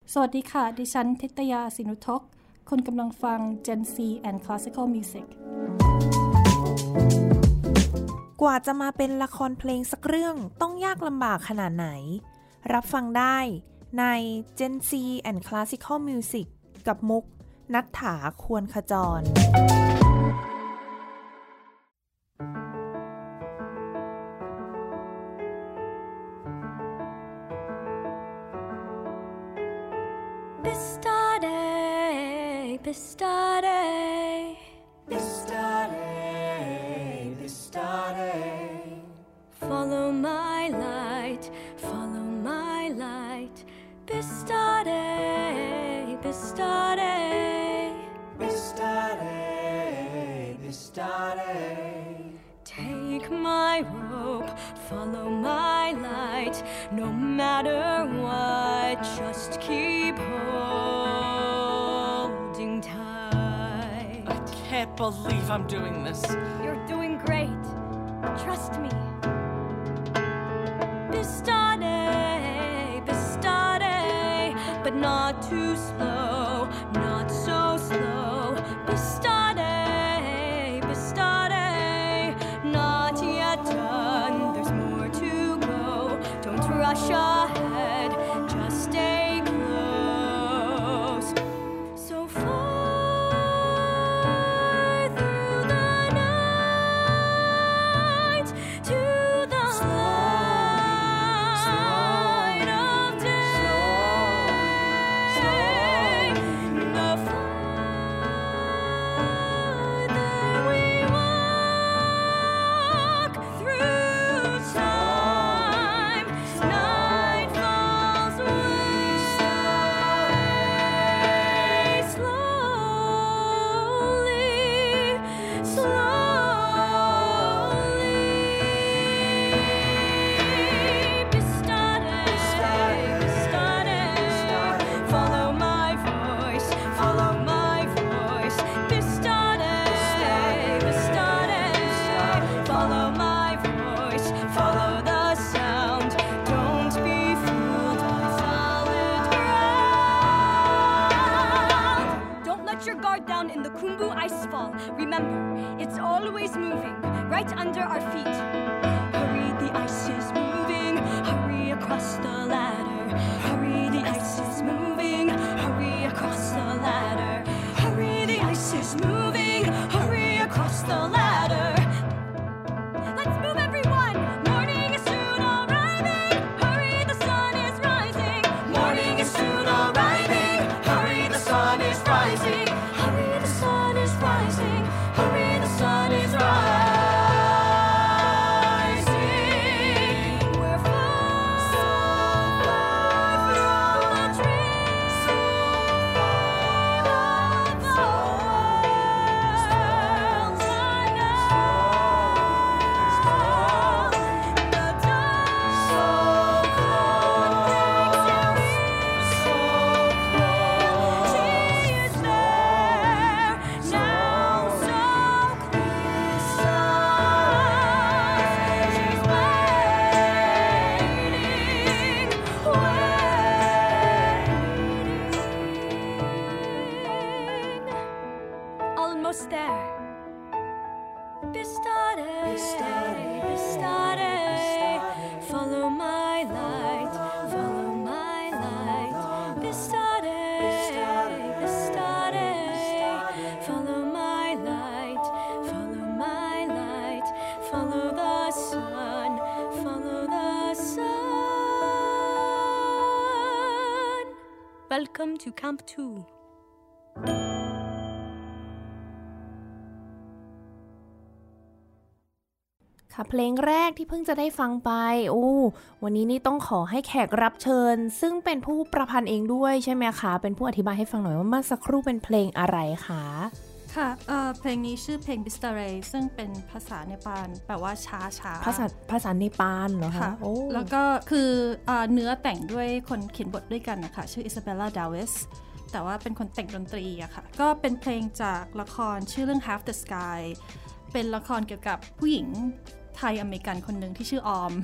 สวัสดีค่ะดิฉันทิตยาสินุทกคุณกำลังฟัง Gen C and Classical Music กว่าจะมาเป็นละครเพลงสักเรื่องต้องยากลำบากขนาดไหนรับฟังได้ใน Gen C and Classical Music กับมุกณัฐฐา ควรขจร Bistare, bistare, bistare. Follow my light, follow my light. Bistare, bistare, bistare, bistare. Take my rope, follow my light. No matter what, just keep holding tight. I can't believe I'm doing this. You're doing great. Trust me. Bistare, bistare, but not too slow, not so slow. Bistare, bistare, not yet done. There's more to go. Don't rush ahead, just stay close. So far through the night to the light of day. The farther we walk through time, night falls away slowly, slowly. Bistare, bistare, follow my voice, follow my voice. Bistare, bistare, follow my voice, follow the sound. Don't be fooled by solid ground. Don't let your guard down in the Khumbu icefall. Remember, it's always moving, right under our feet. Hurry, the ice is moving. Hurry across the ladder. Hurry, the ice is moving. Hurry across the ladder. Hurry, the ice is moving. Hurry across the ladder. Let's move, everyone! Morning is soon arriving. Hurry, the sun is rising. Morning is soon arriving. Hurry, the sun is rising. Hurry, the sun is rising. Hurry, the sun is rising. We're far, so far from the dream of the world's unknown. The dark so close, so close. She is there now, so clear sight. She's waiting. Almost there. Bistare, bistare, follow my light, follow my light. Bistare, bistare, follow my light, follow my light. Follow the sun, follow the sun. Welcome to Camp 2. ค่ะเพลงแรกที่เพิ่งจะได้ฟังไปวันนี้นี่ต้องขอให้แขกรับเชิญซึ่งเป็นผู้ประพันธ์เองด้วยใช่ไหมคะเป็นผู้อธิบายให้ฟังหน่อยว่าเมื่อสักครู่เป็นเพลงอะไรคะค่ะเพลงนี้ชื่อเพลง Bistare ซึ่งเป็นภาษาเนปาลแปลว่าช้าๆภาษาเนปาลเหรอคะแล้วก็คือเนื้อแต่งด้วยคนเขียนบทด้วยกันนะคะชื่ออิซาเบลล่าดาวิสแต่ว่าเป็นคนแต่งดนตรีอะค่ะก็เป็นเพลงจากละครชื่อเรื่อง Half the Sky เป็นละครเกี่ยวกับผู้หญิงไทยอเมริกันคนหนึ่งที่ชื่อออม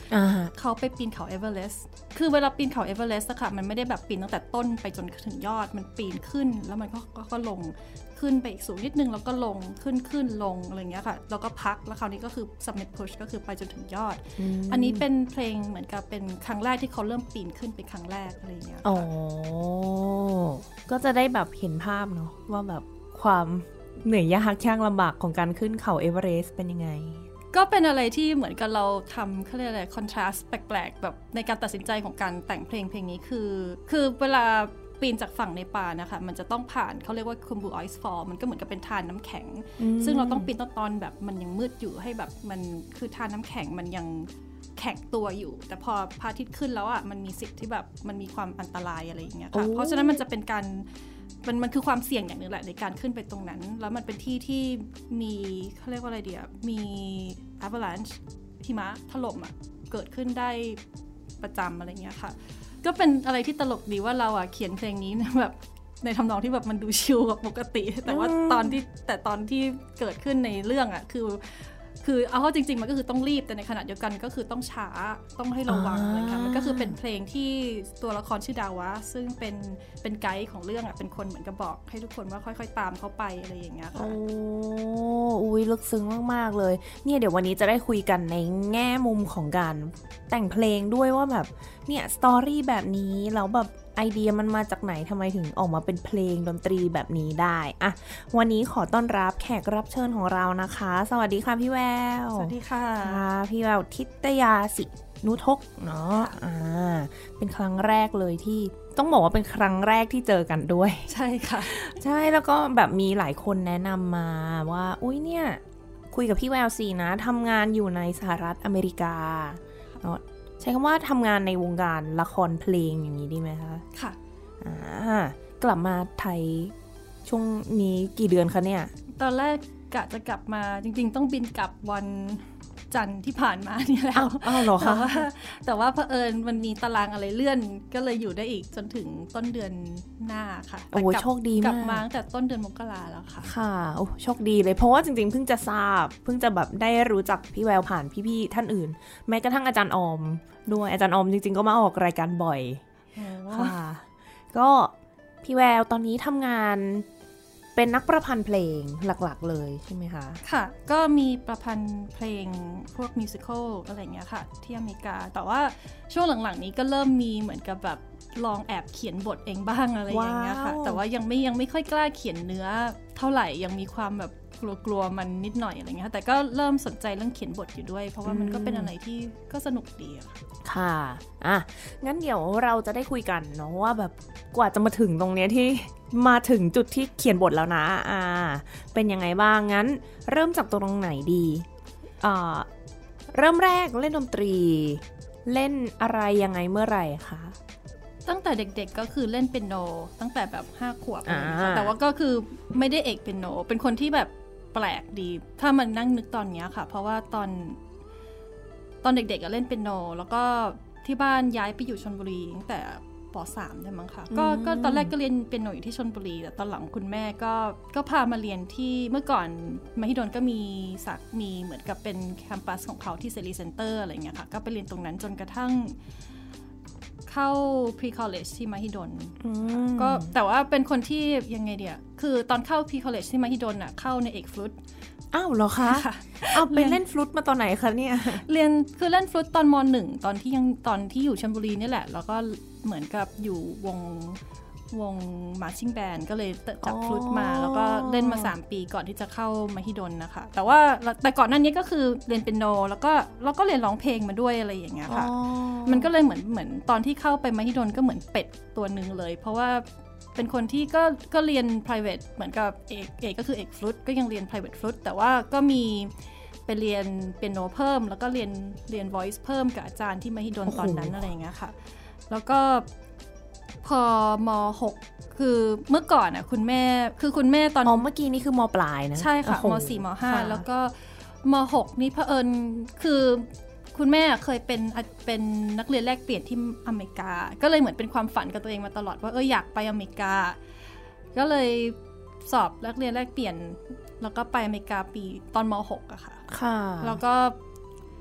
เขาไปปีนเขาเอเวอเรสต์คือเวลาปีนเขาเอเวอเรสต์อะค่ะมันไม่ได้แบบปีนตั้งแต่ต้นไปจนถึงยอดมันปีนขึ้นแล้วมันก็ลงขึ้นไปอีกสูงนิดนึงแล้วก็ลงขึ้นลงอะไรเงี้ยค่ะแล้วก็พักแล้วคราวนี้ก็คือ summit push ก็คือไปจนถึงยอดอันนี้เป็นเพลงเหมือนกับเป็นครั้งแรกที่เขาเริ่มปีนขึ้นเป็นครั้งแรกอะไรเงี้ยอ๋อก็จะได้แบบเห็นภาพเนาะว่าแบบความเหนื่อยยากยากลำบากของการขึ้นเขาเอเวอเรสต์เป็นยังไงก็เป็นอะไรที่เหมือนกับเราทำเขาเรียกอะไรคอนทราสต์แปลกๆแบบในการตัดสินใจของการแต่งเพลงนี้คือเวลาปีนจากฝั่งในป่านะคะมันจะต้องผ่านเขาเรียกว่าคุมบูไอซ์ฟอลมันก็เหมือนกับเป็นทานน้ำแข็งซึ่งเราต้องปีนตอนแบบมันยังมืดอยู่ให้แบบมันคือทานน้ำแข็งมันยังแข็งตัวอยู่แต่พอพระอาทิตย์ขึ้นแล้วอ่ะมันมีสิทธิ์ที่แบบมันมีความอันตรายอะไรอย่างเงี้ยค่ะเพราะฉะนั้นมันจะเป็นการมันคือความเสี่ยงอย่างนึงแหละในการขึ้นไปตรงนั้นแล้วมันเป็นที่มีเขาเรียกว่าอะไรเดียมี avalanche หิมะถล่มอ่ะเกิดขึ้นได้ประจำอะไรเงี้ยค่ะก็เป็นอะไรที่ตลกดีว่าเราอ่ะเขียนเพลงนี้แบบในทำนองที่แบบมันดูชิลกว่าปกติแต่ว่าตอนที่เกิดขึ้นในเรื่องอ่ะคือเอาเข้าจริงๆมันก็คือต้องรีบแต่ในขณะเดียวกันก็คือต้องช้าต้องให้ระวังอะไรค่ะมันก็คือเป็นเพลงที่ตัวละครชื่อดาวะซึ่งเป็นไกด์ของเรื่องอ่ะเป็นคนเหมือนกับบอกให้ทุกคนว่าค่อยๆตามเขาไปอะไรอย่างเงี้ยค่ะอุ้ยลึกซึ้งมากๆเลยเนี่ยเดี๋ยววันนี้จะได้คุยกันในแง่มุมของการแต่งเพลงด้วยว่าแบบเนี่ยสตอรี่แบบนี้แล้วแบบไอเดียมันมาจากไหนทำไมถึงออกมาเป็นเพลงดนตรีแบบนี้ได้อะวันนี้ขอต้อนรับแขกรับเชิญของเรานะคะสวัสดีค่ะพี่แววสวัสดีค่ะพี่แววทิตยาสินุทกเนาะเป็นครั้งแรกเลยที่ต้องบอกว่าเป็นครั้งแรกที่เจอกันด้วยใช่ค่ะใช่แล้วก็แบบมีหลายคนแนะนำมาว่าอุ๊ยเนี่ยคุยกับพี่แววสินะทำงานอยู่ในสหรัฐอเมริกาเนาะใช้คำว่าทำงานในวงการละครเพลงอย่างนี้ดีไหมคะค่ะกลับมาไทยช่วงนี้กี่เดือนคะเนี่ยตอนแรกกะจะกลับมาจริงๆต้องบินกลับวันจันทร์ที่ผ่านมานี่แล้วเหรอคะแต่ว่าเผอิญมันมีตารางอะไรเลื่อนก็เลยอยู่ได้อีกจนถึงต้นเดือนหน้าค่ะโอ้โชคดีมากกลับมาตั้งแต่ต้นเดือนมกราแล้วค่ะค่ะโอ้โชคดีเลยเพราะว่าจริงๆเพิ่งจะทราบเพิ่งจะแบบได้รู้จักพี่แววผ่านพี่ๆท่านอื่นแม้กระทั่งอาจารย์ออมด้วยอาจารย์ออมจริงๆก็มาออกรายการบ่อยค่ะก็พี่แววตอนนี้ทำงานเป็นนักประพันธ์เพลงหลักๆเลยใช่ไหมคะค่ะก็มีประพันธ์เพลงพวกมิวสิควลอะไรเงี้ยค่ะที่อเมริกาแต่ว่าช่วงหลังๆนี้ก็เริ่มมีเหมือนกับแบบลองแอบเขียนบทเองบ้างอะไรอย่างเงี้ยค่ะแต่ว่ายังไม่ค่อยกล้าเขียนเนื้อเท่าไหร่ยังมีความแบบกลัวมันนิดหน่อยอะไรเงี้ยแต่ก็เริ่มสนใจเรื่องเขียนบทอยู่ด้วยเพราะว่ามันก็เป็นอะไรที่ก็สนุกดีค่ะงั้นเดี๋ยวเราจะได้คุยกันเนาะว่าแบบกว่าจะมาถึงตรงเนี้ยที่มาถึงจุดที่เขียนบทแล้วนะเป็นยังไงบ้างงั้นเริ่มจากตรงไหนดีเริ่มแรกเล่นดนตรีเล่นอะไรยังไงเมื่อไหร่คะตั้งแต่เด็กๆก็คือเล่นเปียโนตั้งแต่แบบ5 ขวบแต่ว่าก็คือไม่ได้เอกเปียโนเป็นคนที่แบบแปลกดีถ้ามันนั่งนึกตอนนี้ค่ะเพราะว่าตอนเด็กๆก็เล่นเปียโนแล้วก็ที่บ้านย้ายไปอยู่ชลบุรีตั้งแต่ป.3 ใช่มั้งคะก็ตอนแรกก็เรียนเปียโนอยู่ที่ชลบุรีแต่ตอนหลังคุณแม่ก็พามาเรียนที่เมื่อก่อนมหิดลก็มีเหมือนกับเป็นแคมปัสของเขาที่เซรีเซ็นเตอร์อะไรเงี้ยค่ะก็ไปเรียนตรงนั้นจนกระทั่งเข้า pre-college ที่มหิดลก็แต่ว่าเป็นคนที่ยังไงเดียคือตอนเข้า pre-college ที่มหิดลน่ะเข้าในเอกฟลุตอ้าวเหรอคะเอาไปเล่นฟลุตมาตอนไหนคะเนี่ยเรียนคือเล่นฟลุตตอนม.1 ตอนที่อยู่ชลบุรีนี่แหละแล้วก็เหมือนกับอยู่วงมาร์ชิ่งแบนด์ก็เลยจับฟลุตมาแล้วก็เล่นมา3 ปีก่อนที่จะเข้ามหิดลนะคะแต่ก่อนหน้านี้ก็คือเรียนเปียโนแล้วก็เรียนร้องเพลงมาด้วยอะไรอย่างเงี้ยค่ะมันก็เลยเหมือนตอนที่เข้าไปมหิดลก็เหมือนเป็ดตัวนึงเลยเพราะว่าเป็นคนที่ก็เรียน private เหมือนกับเอกก็คือเอกฟลุตก็ยังเรียน private ฟลุตแต่ว่าก็มีไปเรียนเปียโนเพิ่มแล้วก็เรียน voice เพิ่มกับอาจารย์ที่มหิดลตอนนั้นอะไรอย่างเงี้ยค่ะแล้วก็พอม.6 คือเมื่อก่อนอ่ะคุณแม่ตอนเมื่อกี้นี่คือม.ปลายนะใช่ค่ะม.4 ม.5 แล้วก็ม.6 นี่เผอิญคือคุณแม่เคยเป็นนักเรียนแลกเปลี่ยนที่อเมริกาก็เลยเหมือนเป็นความฝันกับตัวเองมาตลอดว่าอยากไปอเมริกาก็เลยสอบนักเรียนแลกเปลี่ยนแล้วก็ไปอเมริกาปีตอนม.6 อะค่ะค่ะแล้วก็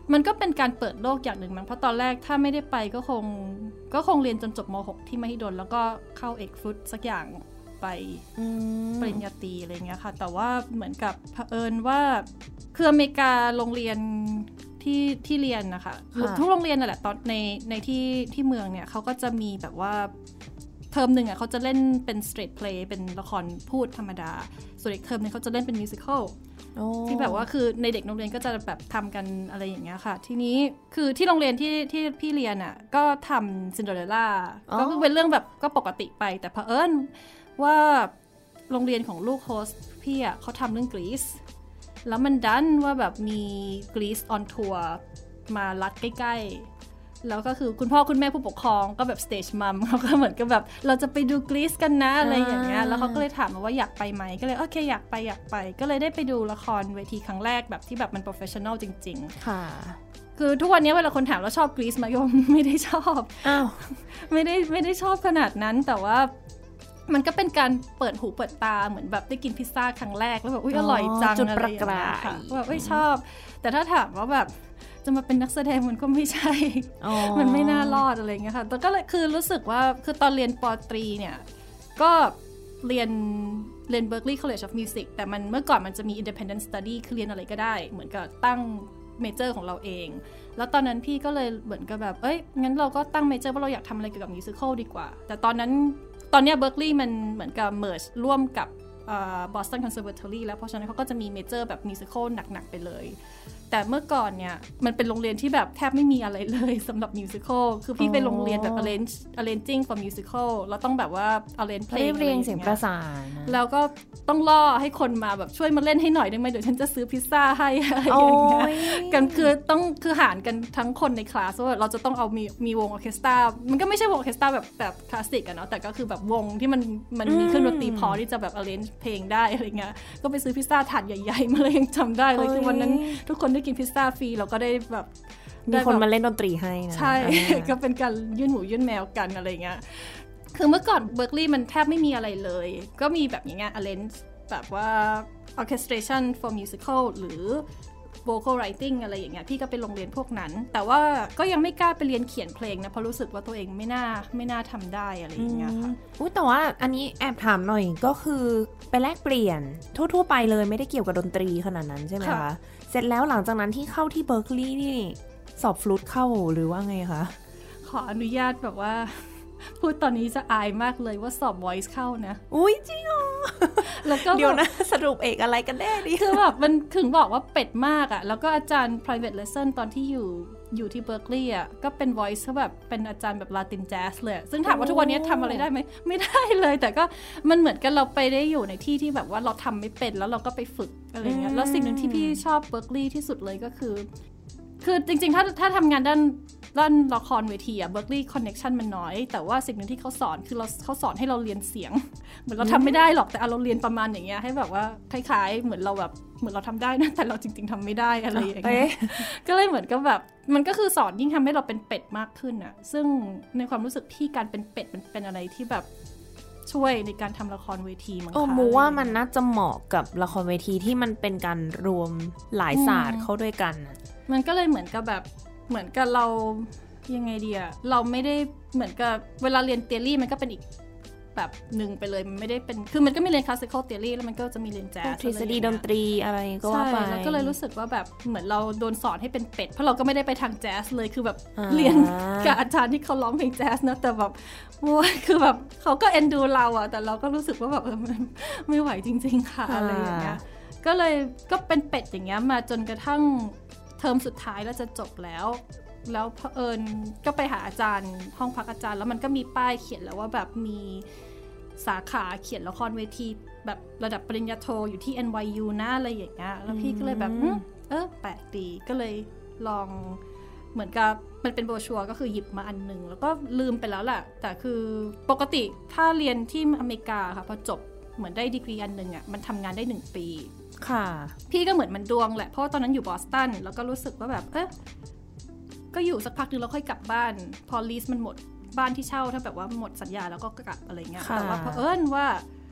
มันก็เป็นการเปิดโลกอย่างหนึ่งมั้งเพราะตอนแรกถ้าไม่ได้ไปก็คงเรียนจนจบม.6 ที่มหิดลแล้วก็เข้าเอกฟุตสักอย่างไปปริญญาตรีอะไรเงี้ยค่ะแต่ว่าเหมือนกับเผอิญว่าคืออเมริกาโรงเรียนที่เรียนนะคะทุกโรงเรียนนั่นแหละตอนในที่เมืองเนี่ยเขาก็จะมีแบบว่าเทอมหนึ่งอ่ะเขาจะเล่นเป็นสตรีทเพลย์เป็นละครพูดธรรมดาส่วนอีกเทอมนึงเขาจะเล่นเป็นมิวสิคอลที่แบบว่าคือในเด็กโรงเรียนก็จะแบบทำกันอะไรอย่างเงี้ยค่ะทีนี้คือที่โรงเรียนที่พี่เรียนอ่ะก็ทำซินเดอเรลล่าก็คือเป็นเรื่องแบบก็ปกติไปแต่เผอิญว่าโรงเรียนของลูกโฮสต์พี่อ่ะเขาทำเรื่องกรีซแล้วมันดันว่าแบบมีกรีซออนทัวร์มารัดใกล้ๆแล้วก็คือคุณพ่อคุณแม่ผู้ปกครองก็แบบสเตจมัมเขาก็เหมือนกับแบบเราจะไปดูกรีซกันนะอะไรอย่างเงี้ยแล้วเขาก็เลยถามมาว่าอยากไปไหมก็เลยโอเคอยากไปก็เลยได้ไปดูละครเวทีครั้งแรกแบบที่แบบมันโปรเฟชชั่นอลจริงๆค่ะคือทุกวันนี้เวลาคนถามแล้วชอบกรีซไหมก็ไม่ได้ชอบอ้าวไม่ได้ชอบขนาดนั้นแต่ว่ามันก็เป็นการเปิดหูเปิดตาเหมือนแบบได้กินพิซซ่าครั้งแรกแล้วแบบอุ๊ยอร่อยจังอะไรอย่างเงี้ยค่ะแบบชอบแต่ถ้าถามว่าแบบจะมาเป็นนักแสดงมันก็ไม่ใช่ มันไม่น่ารอดอะไรเงี้ยค่ะแต่ก็เลยคือรู้สึกว่าคือตอนเรียนป.ตรีเนี่ยก็เรียน Berklee College of Music แต่มันเมื่อก่อนมันจะมี Independent Study คือเรียนอะไรก็ได้เหมือนกับตั้งเมเจอร์ของเราเองแล้วตอนนั้นพี่ก็เลยเหมือนกับแบบงั้นเราก็ตั้งเมเจอร์ว่าเราอยากทำอะไรเกี่ยวกับมิวสิคอลดีกว่าแต่ตอนนี้ Berklee มันเหมือนกับ merge ร่วมกับBoston Conservatory แล้วเพราะฉะนั้นเขาก็จะมีเมเจอร์แบบมิวสิคอลหนักๆไปเลยแต่เมื่อก่อนเนี่ยมันเป็นโรงเรียนที่แบบแทบไม่มีอะไรเลยสำหรับมิวสิคอลคือพี่ไปโรงเรียนแบบ arranging for musical แล้วต้องแบบว่า arrange เพลงเรียงเสียงประสานแล้วก็ต้องล่อให้คนมาแบบช่วยมาเล่นให้หน่อยได้ไหมเดี๋ยวฉันจะซื้อพิซซ่าให้อะไรอย่างเงี้ยกันคือหารกันทั้งคนในคลาสว่าเราจะต้องเอามีวงออร์เคสตรามันก็ไม่ใช่วงออร์เคสตราแบบคลาสสิกอะเนาะแต่ก็คือแบบวงที่มันมีเครื่องดนตรีพอที่จะแบบ arrange เพลงได้อะไรเงี้ยก็ไปซื้อพิซซ่าถาดใหญ่ๆมาเลยยังจำได้เลยคือวันนั้นทุกคนได้กินพิซซ่าฟรีเราก็ได้แบบมีคนมาเล่นดนตรีให้นะใช่ ก็เป็นการยื่นหมูยื่นแมวกันอะไรเงี้ยคือเมื่อก่อนเบิร์กลีย์มันแทบไม่มีอะไรเลยก็มีแบบอย่างเงี้ย arrange แบบว่า orchestration for musical หรือ vocal writing อะไรอย่างเงี้ยพี่ก็ไปโรงเรียนพวกนั้นแต่ว่าก็ยังไม่กล้าไปเรียนเขียนเพลงนะเพราะรู้สึกว่าตัวเองไม่น่าทำได้อะไรอย่างเงี้ยค่ะแต่ว่าอันนี้แอบถามหน่อยก็คือไปแลกเปลี่ยนทั่วๆไปเลยไม่ได้เกี่ยวกับดนตรีขนาดนั้นใช่ไหมคะเสร็จแล้วหลังจากนั้นที่เข้าที่เบิร์กลีย์นี่สอบฟลุตเข้าหรือว่าไงคะขออนุญาตแบบว่าพูดตอนนี้จะอายมากเลยว่าสอบ voice เข้านะอุ๊ยจริงเหรอแล้วก็เดี๋ยวนะสรุปเอกอะไรกันแน่ดิคือแบบมันถึงบอกว่าเป็ดมากอ่ะแล้วก็อาจารย์ private lesson ตอนที่อยู่ที่เบิร์กลีย์อ่ะก็เป็น voice เขาแบบเป็นอาจารย์แบบลาตินแจ๊สเลยซึ่งถามว่าทุกวันนี้ทำอะไรได้ไหมไม่ได้เลยแต่ก็มันเหมือนกันเราไปได้อยู่ในที่ที่แบบว่าเราทำไม่เป็นแล้วเราก็ไปฝึกอะไรเงี้ยแล้วสิ่งหนึ่งที่พี่ชอบเบิร์กลีย์ที่สุดเลยก็คือจริงๆถ้าทำงานด้านละครเวทีอะ Berklee Connection มันน้อยแต่ว่าสิ่งหนึ่งที่เขาสอนคือเขาสอนให้เราเรียนเสียงเหมือนเราทำไม่ได้หรอกแต่เราเรียนประมาณอย่างเงี้ยให้แบบว่าคล้ายๆเหมือนเราทำได้นะแต่เราจริงๆทำไม่ได้อะไรอย่างเงี้ยก็เลยเหมือนกับแบบมันก็คือสอนยิ่งทำให้เราเป็นเป็ดมากขึ้นอะซึ่งในความรู้สึกพี่การเป็นเป็ดมันเป็นอะไรที่แบบช่วยในการทำละครเวทีมั้งคะมูว่ามันน่าจะเหมาะกับละครเวทีที่มันเป็นการรวมหลายศาสตร์เข้าด้วยกันมันก็เลยเหมือนกับเรายังไงดีอะเราไม่ได้เหมือนกับเวลาเรียน theory มันก็เป็นอีกแบบหนึ่งไปเลยมันไม่ได้เป็นคือมันก็มีเรียน classical theory แล้วมันก็จะมีเรียนแจ๊สทฤษฎีดนตรีอะไรก็ว่าไปแล้วก็เลยรู้สึกว่าแบบเหมือนเราโดนสอนให้เป็นเป็ดเพราะเราก็ไม่ได้ไปทางแจ๊สเลยคือแบบเรียนกับอาจารย์ที่เขาร้องเพลงแจ๊สนะแต่แบบคือแบบเขาก็เอ็นดูเราอะแต่เราก็รู้สึกว่าแบบมันไม่ไหวจริงๆค่ะอะไรอย่างเงี้ยก็เป็นเป็ดอย่างเงี้ยมาจนกระทั่งเทอมสุดท้ายแล้วจะจบแล้วเผอิญก็ไปหาอาจารย์ห้องพักอาจารย์แล้วมันก็มีป้ายเขียนแล้วว่าแบบมีสาขาเขียนละครเวทีแบบระดับปริญญาโทอยู่ที่ NYU นะอะไรอย่างเงี้ยแล้วพี่ก็เลยแบบแปลกดีก็เลยลองเหมือนกับมันเป็นโบรชัวร์ก็คือหยิบมาอันนึงแล้วก็ลืมไปแล้วแหละแต่คือปกติถ้าเรียนที่อเมริกาค่ะพอจบเหมือนได้ดีกรีอันนึงอ่ะมันทำงานได้1 ปีค่ะพี่ก็เหมือนมันดวงแหละเพราะตอนนั้นอยู่บอสตันแล้วก็รู้สึกว่าแบบก็อยู่สักพักนึงแล้วค่อยกลับบ้านพอลีสมันหมดบ้านที่เช่าถ้าแบบว่าหมดสัญญาแล้วก็กลับอะไรเงี้ยแต่ว่าเผอิญว่า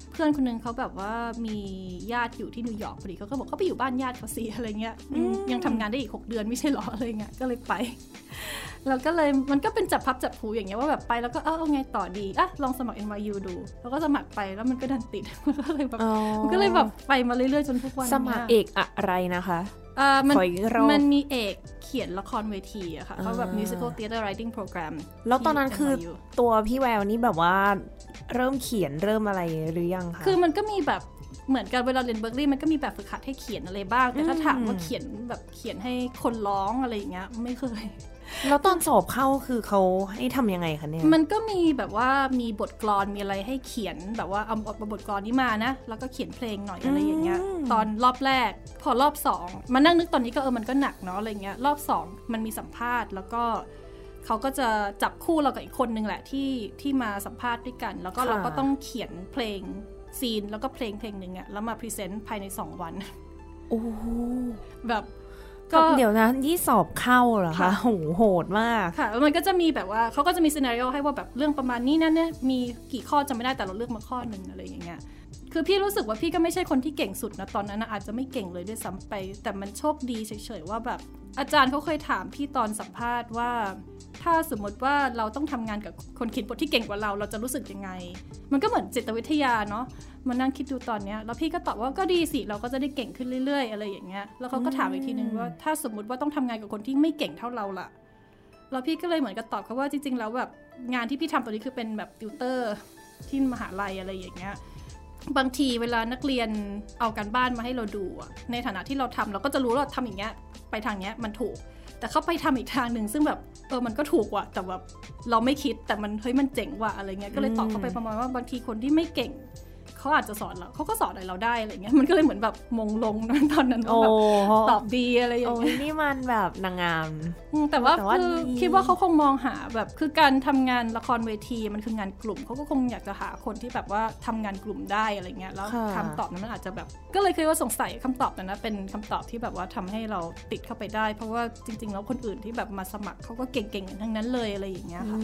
เพื่อนคนนึงเขาแบบว่ามีญาติอยู่ที่นิวยอร์กพอดีเขาก็บอกเขาไปอยู่บ้านญาติเขาสิอะไรเงี้ยยังทำงานได้อีก6 เดือนไม่ใช่หรออะไรเงี้ยก็เลยไปแล้วก็เลยมันก็เป็นจับพับจับผูอย่างเงี้ยว่าแบบไปแล้วก็เอาไงต่อดีลองสมัคร NYU ดูแล้วก็สมัครไปแล้วมันก็ดันติดมันก็เลยแบบไปมาเรื่อยๆจนทุกวันสมัครเอกอะไรนะคะมันมีเอกเขียนละครเวทีอะค่ะเขาแบบ musical theater writing program แล้วตอนนั้นคือตัวพี่แววนี่แบบว่าเริ่มเขียนเริ่มอะไรหรือยังคะคือมันก็มีแบบเหมือนกันเวลาเรียนเบิร์กลีย์มันก็มีแบบฝึกหัดให้เขียนอะไรบ้างแต่ถ้าถามว่าเขียนให้คนร้องอะไรอย่างเงี้ยไม่เคยแล้วตอนสอบเข้าคือเขาให้ทำยังไงคะเนี่ยมันก็มีแบบว่ามีบทกลอนมีอะไรให้เขียนแบบว่าเอาบทกลอนนี้มานะแล้วก็เขียนเพลงหน่อยอะไรอย่างเงี้ยตอนรอบแรกพอรอบ2มานั่งนึกตอนนี้ก็มันก็หนักเนาะอะไรเงี้ยรอบ2มันมีสัมภาษณ์แล้วก็เขาก็จะจับคู่เรากับอีกคนนึงแหละที่มาสัมภาษณ์ด้วยกันแล้วก็เราก็ต้องเขียนเพลงซีนแล้วก็เพลงนึงอ่ะแล้วมาพรีเซนต์ภายใน2 วันโอ้แบบเดี๋ยวนะที่สอบเข้าเหรอคะโหดมากค่ะแล้วมันก็จะมีแบบว่าเขาก็จะมีซีนาริโอให้ว่าแบบเรื่องประมาณนี้นั่นเนี่ยมีกี่ข้อจำไม่ได้แต่เราเลือกมาข้อนึงอะไรอย่างเงี้ยคือพี่รู้สึกว่าพี่ก็ไม่ใช่คนที่เก่งสุดนะตอนนั้นนะอาจจะไม่เก่งเลยด้วยซ้ำไปแต่มันโชคดีเฉยๆว่าแบบอาจารย์เขาเคยถามพี่ตอนสัมภาษณ์ว่าถ้าสมมติว่าเราต้องทำงานกับคนเขียนบทที่เก่งกว่าเราจะรู้สึกยังไงมันก็เหมือนจิตวิทยาเนาะมานั่งคิดดูตอนเนี้ยแล้วพี่ก็ตอบว่าก็ดีสิเราก็จะได้เก่งขึ้นเรื่อยๆอะไรอย่างเงี้ยแล้วเขาก็ถามอีกทีนึงว่าถ้าสมมติว่าต้องทำงานกับคนที่ไม่เก่งเท่าเราล่ะแล้วพี่ก็เลยเหมือนกับตอบเขาว่าจริงๆแล้วแบบงานที่พี่ทำตอนนี้คือเป็นแบบติวเตอร์ที่มหาลัยอะไรอย่างเงี้ยบางทีเวลานักเรียนเอาการบ้านมาให้เราดูในฐานะที่เราทำเราก็จะรู้ว่าเราทำอย่างเงี้ยไปทางเนี้ยมันถูกแต่เขาไปทำอีกทางหนึ่งซึ่งแบบมันก็ถูกว่ะแต่แบบเราไม่คิดแต่มันมันเจ๋งว่ะอะไรเงี้ยก็เลยตอบเขาไปประมาณว่าบางทีคนที่ไม่เก่งเขาอาจจะสอนเราเขาก็สอนอะไรเราได้อะไรเงี้ยมันก็เลยเหมือนแบบมงลงตอนนั้นแบบตอบดีอะไรอย่างเงี้ยนี่มันแบบนางงามแต่ว่าคือคิดว่าเขาคงมองหาแบบคือการทำงานละครเวทีมันคืองานกลุ่มเขาก็คงอยากจะหาคนที่แบบว่าทำงานกลุ่มได้อะไรเงี้ยแล้วคำตอบนั้นมันอาจจะแบบก็เลยคิดว่าสงสัยคำตอบนั้นนะเป็นคำตอบที่แบบว่าทำให้เราติดเข้าไปได้เพราะว่าจริงๆแล้วคนอื่นที่แบบมาสมัครเขาก็เก่งๆทั้งนั้นเลยอะไรอย่างเงี้ยค่ะ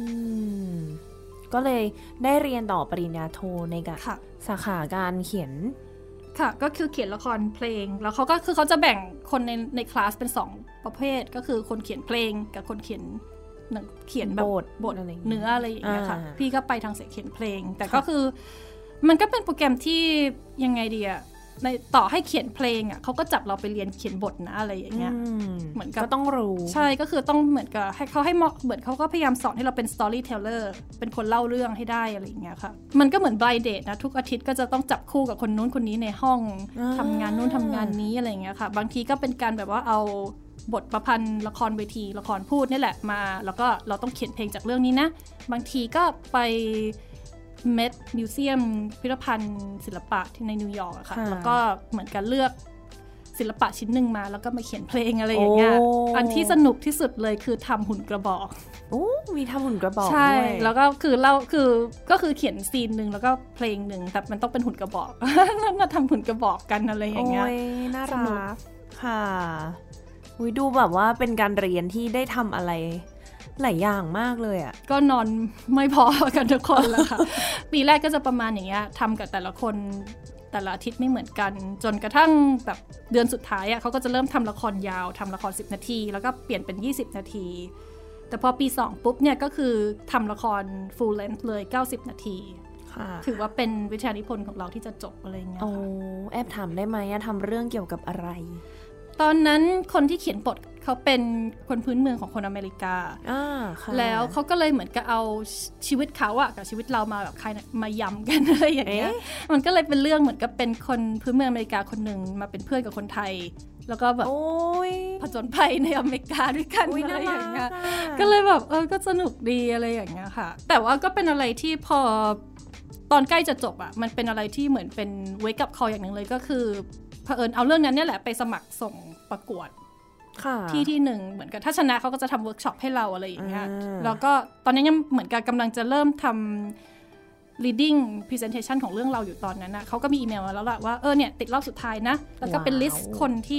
ก็เลยได้เรียนต่อปริญญาโทในสาขาการเขียนค่ะก็คือเขียนละครเพลงแล้วเขาก็คือเขาจะแบ่งคนในคลาสเป็น2ประเภทก็คือคนเขียนเพลงกับคนเขียนแบบบทเนื้ออะไรอย่างเงี้ยค่ะพี่ก็ไปทางสายเขียนเพลงแต่ก็คือมันก็เป็นโปรแกรมที่ยังไงดีอะในต่อให้เขียนเพลงอ่ะเขาก็จับเราไปเรียนเขียนบทนะอะไรอย่างเงี้ยเหมือนกับก็ต้องรู้ใช่ก็คือต้องเหมือนกับให้เขาเหมือนเขาก็พยายามสอนให้เราเป็น storyteller เป็นคนเล่าเรื่องให้ได้อะไรอย่างเงี้ยค่ะมันก็เหมือน blind date นะทุกอาทิตย์ก็จะต้องจับคู่กับคนนู้นคนนี้ในห้องทำงานนู้นทำงานนี้อะไรอย่างเงี้ยค่ะบางทีก็เป็นการแบบว่าเอาบทประพันธ์ละครเวทีละครพูดนี่แหละมาแล้วก็เราต้องเขียนเพลงจากเรื่องนี้นะบางทีก็ไปเมดมิวเซียมพิพิธภัณฑ์ศิลปะที่ในนิวยอร์กอะค่ะแล้วก็เหมือนกันเลือกศิลปะชิ้นหนึ่งมาแล้วก็มาเขียนเพลงอะไรอย่างเงี้ยอันที่สนุกที่สุดเลยคือทำหุ่นกระบอกมีทำหุ่นกระบอกใช่แล้วก็คือเราก็คือเขียนซีนนึงแล้วก็เพลงนึงแต่มันต้องเป็นหุ่นกระบอกแล้วมาทำหุ่นกระบอกกันอะไรอย่างเงี้ยน่ารักค่ะดูแบบว่าเป็นการเรียนที่ได้ทำอะไรหลายอย่างมากเลยอ่ะก็นอนไม่พอกันทุกคนแล้วค่ะ ปีแรกก็จะประมาณอย่างเงี้ยทำกับแต่ละคนแต่ละอาทิตย์ไม่เหมือนกันจนกระทั่งแบบเดือนสุดท้ายอ่ะเขาก็จะเริ่มทำละครยาวทำละคร10 นาทีแล้วก็เปลี่ยนเป็น20 นาทีแต่พอปี2ปุ๊บเนี่ยก็คือทำละคร full length เลย90 นาทีถือว่าเป็นวิทยานิพนธ์ของเราที่จะจบอะไรเงี้ยแอบถามได้ไหมทำเรื่องเกี่ยวกับอะไรตอนนั้นคนที่เขียนบทเขาเป็นคนพื้นเมืองของคนอเมริกาแล้วเขาก็เลยเหมือนกับเอาชีวิตเขาอะกับชีวิตเรามาแบบใครมายำกันอะไรอย่างเงี้ยมันก็เลยเป็นเรื่องเหมือนกับเป็นคนพื้นเมืองอเมริกาคนหนึ่งมาเป็นเพื่อนกับคนไทยแล้วก็แบบผจญภัยในอเมริกาด้วยกันอะไรอย่างเงี้ยก็เลยแบบก็สนุกดีอะไรอย่างเงี้ยค่ะแต่ว่าก็เป็นอะไรที่พอตอนใกล้จะจบอะมันเป็นอะไรที่เหมือนเป็น wake up call อย่างหนึ่งเลยก็คือเผอิญเอาเรื่องนั้นเนี่ยแหละไปสมัครส่งประกวดที่หนึ่งเหมือนกับถ้าชนะเขาก็จะทำเวิร์กช็อปให้เราอะไรอย่างเงี้ยแล้วก็ตอนนี้ยังเหมือนกับกำลังจะเริ่มทำ reading presentation ของเรื่องเราอยู่ตอนนั้นนะเขาก็มีอีเมลมาแล้วล่ะว่าเนี่ยติดรอบสุดท้ายนะแล้วก็เป็นลิสต์คนที่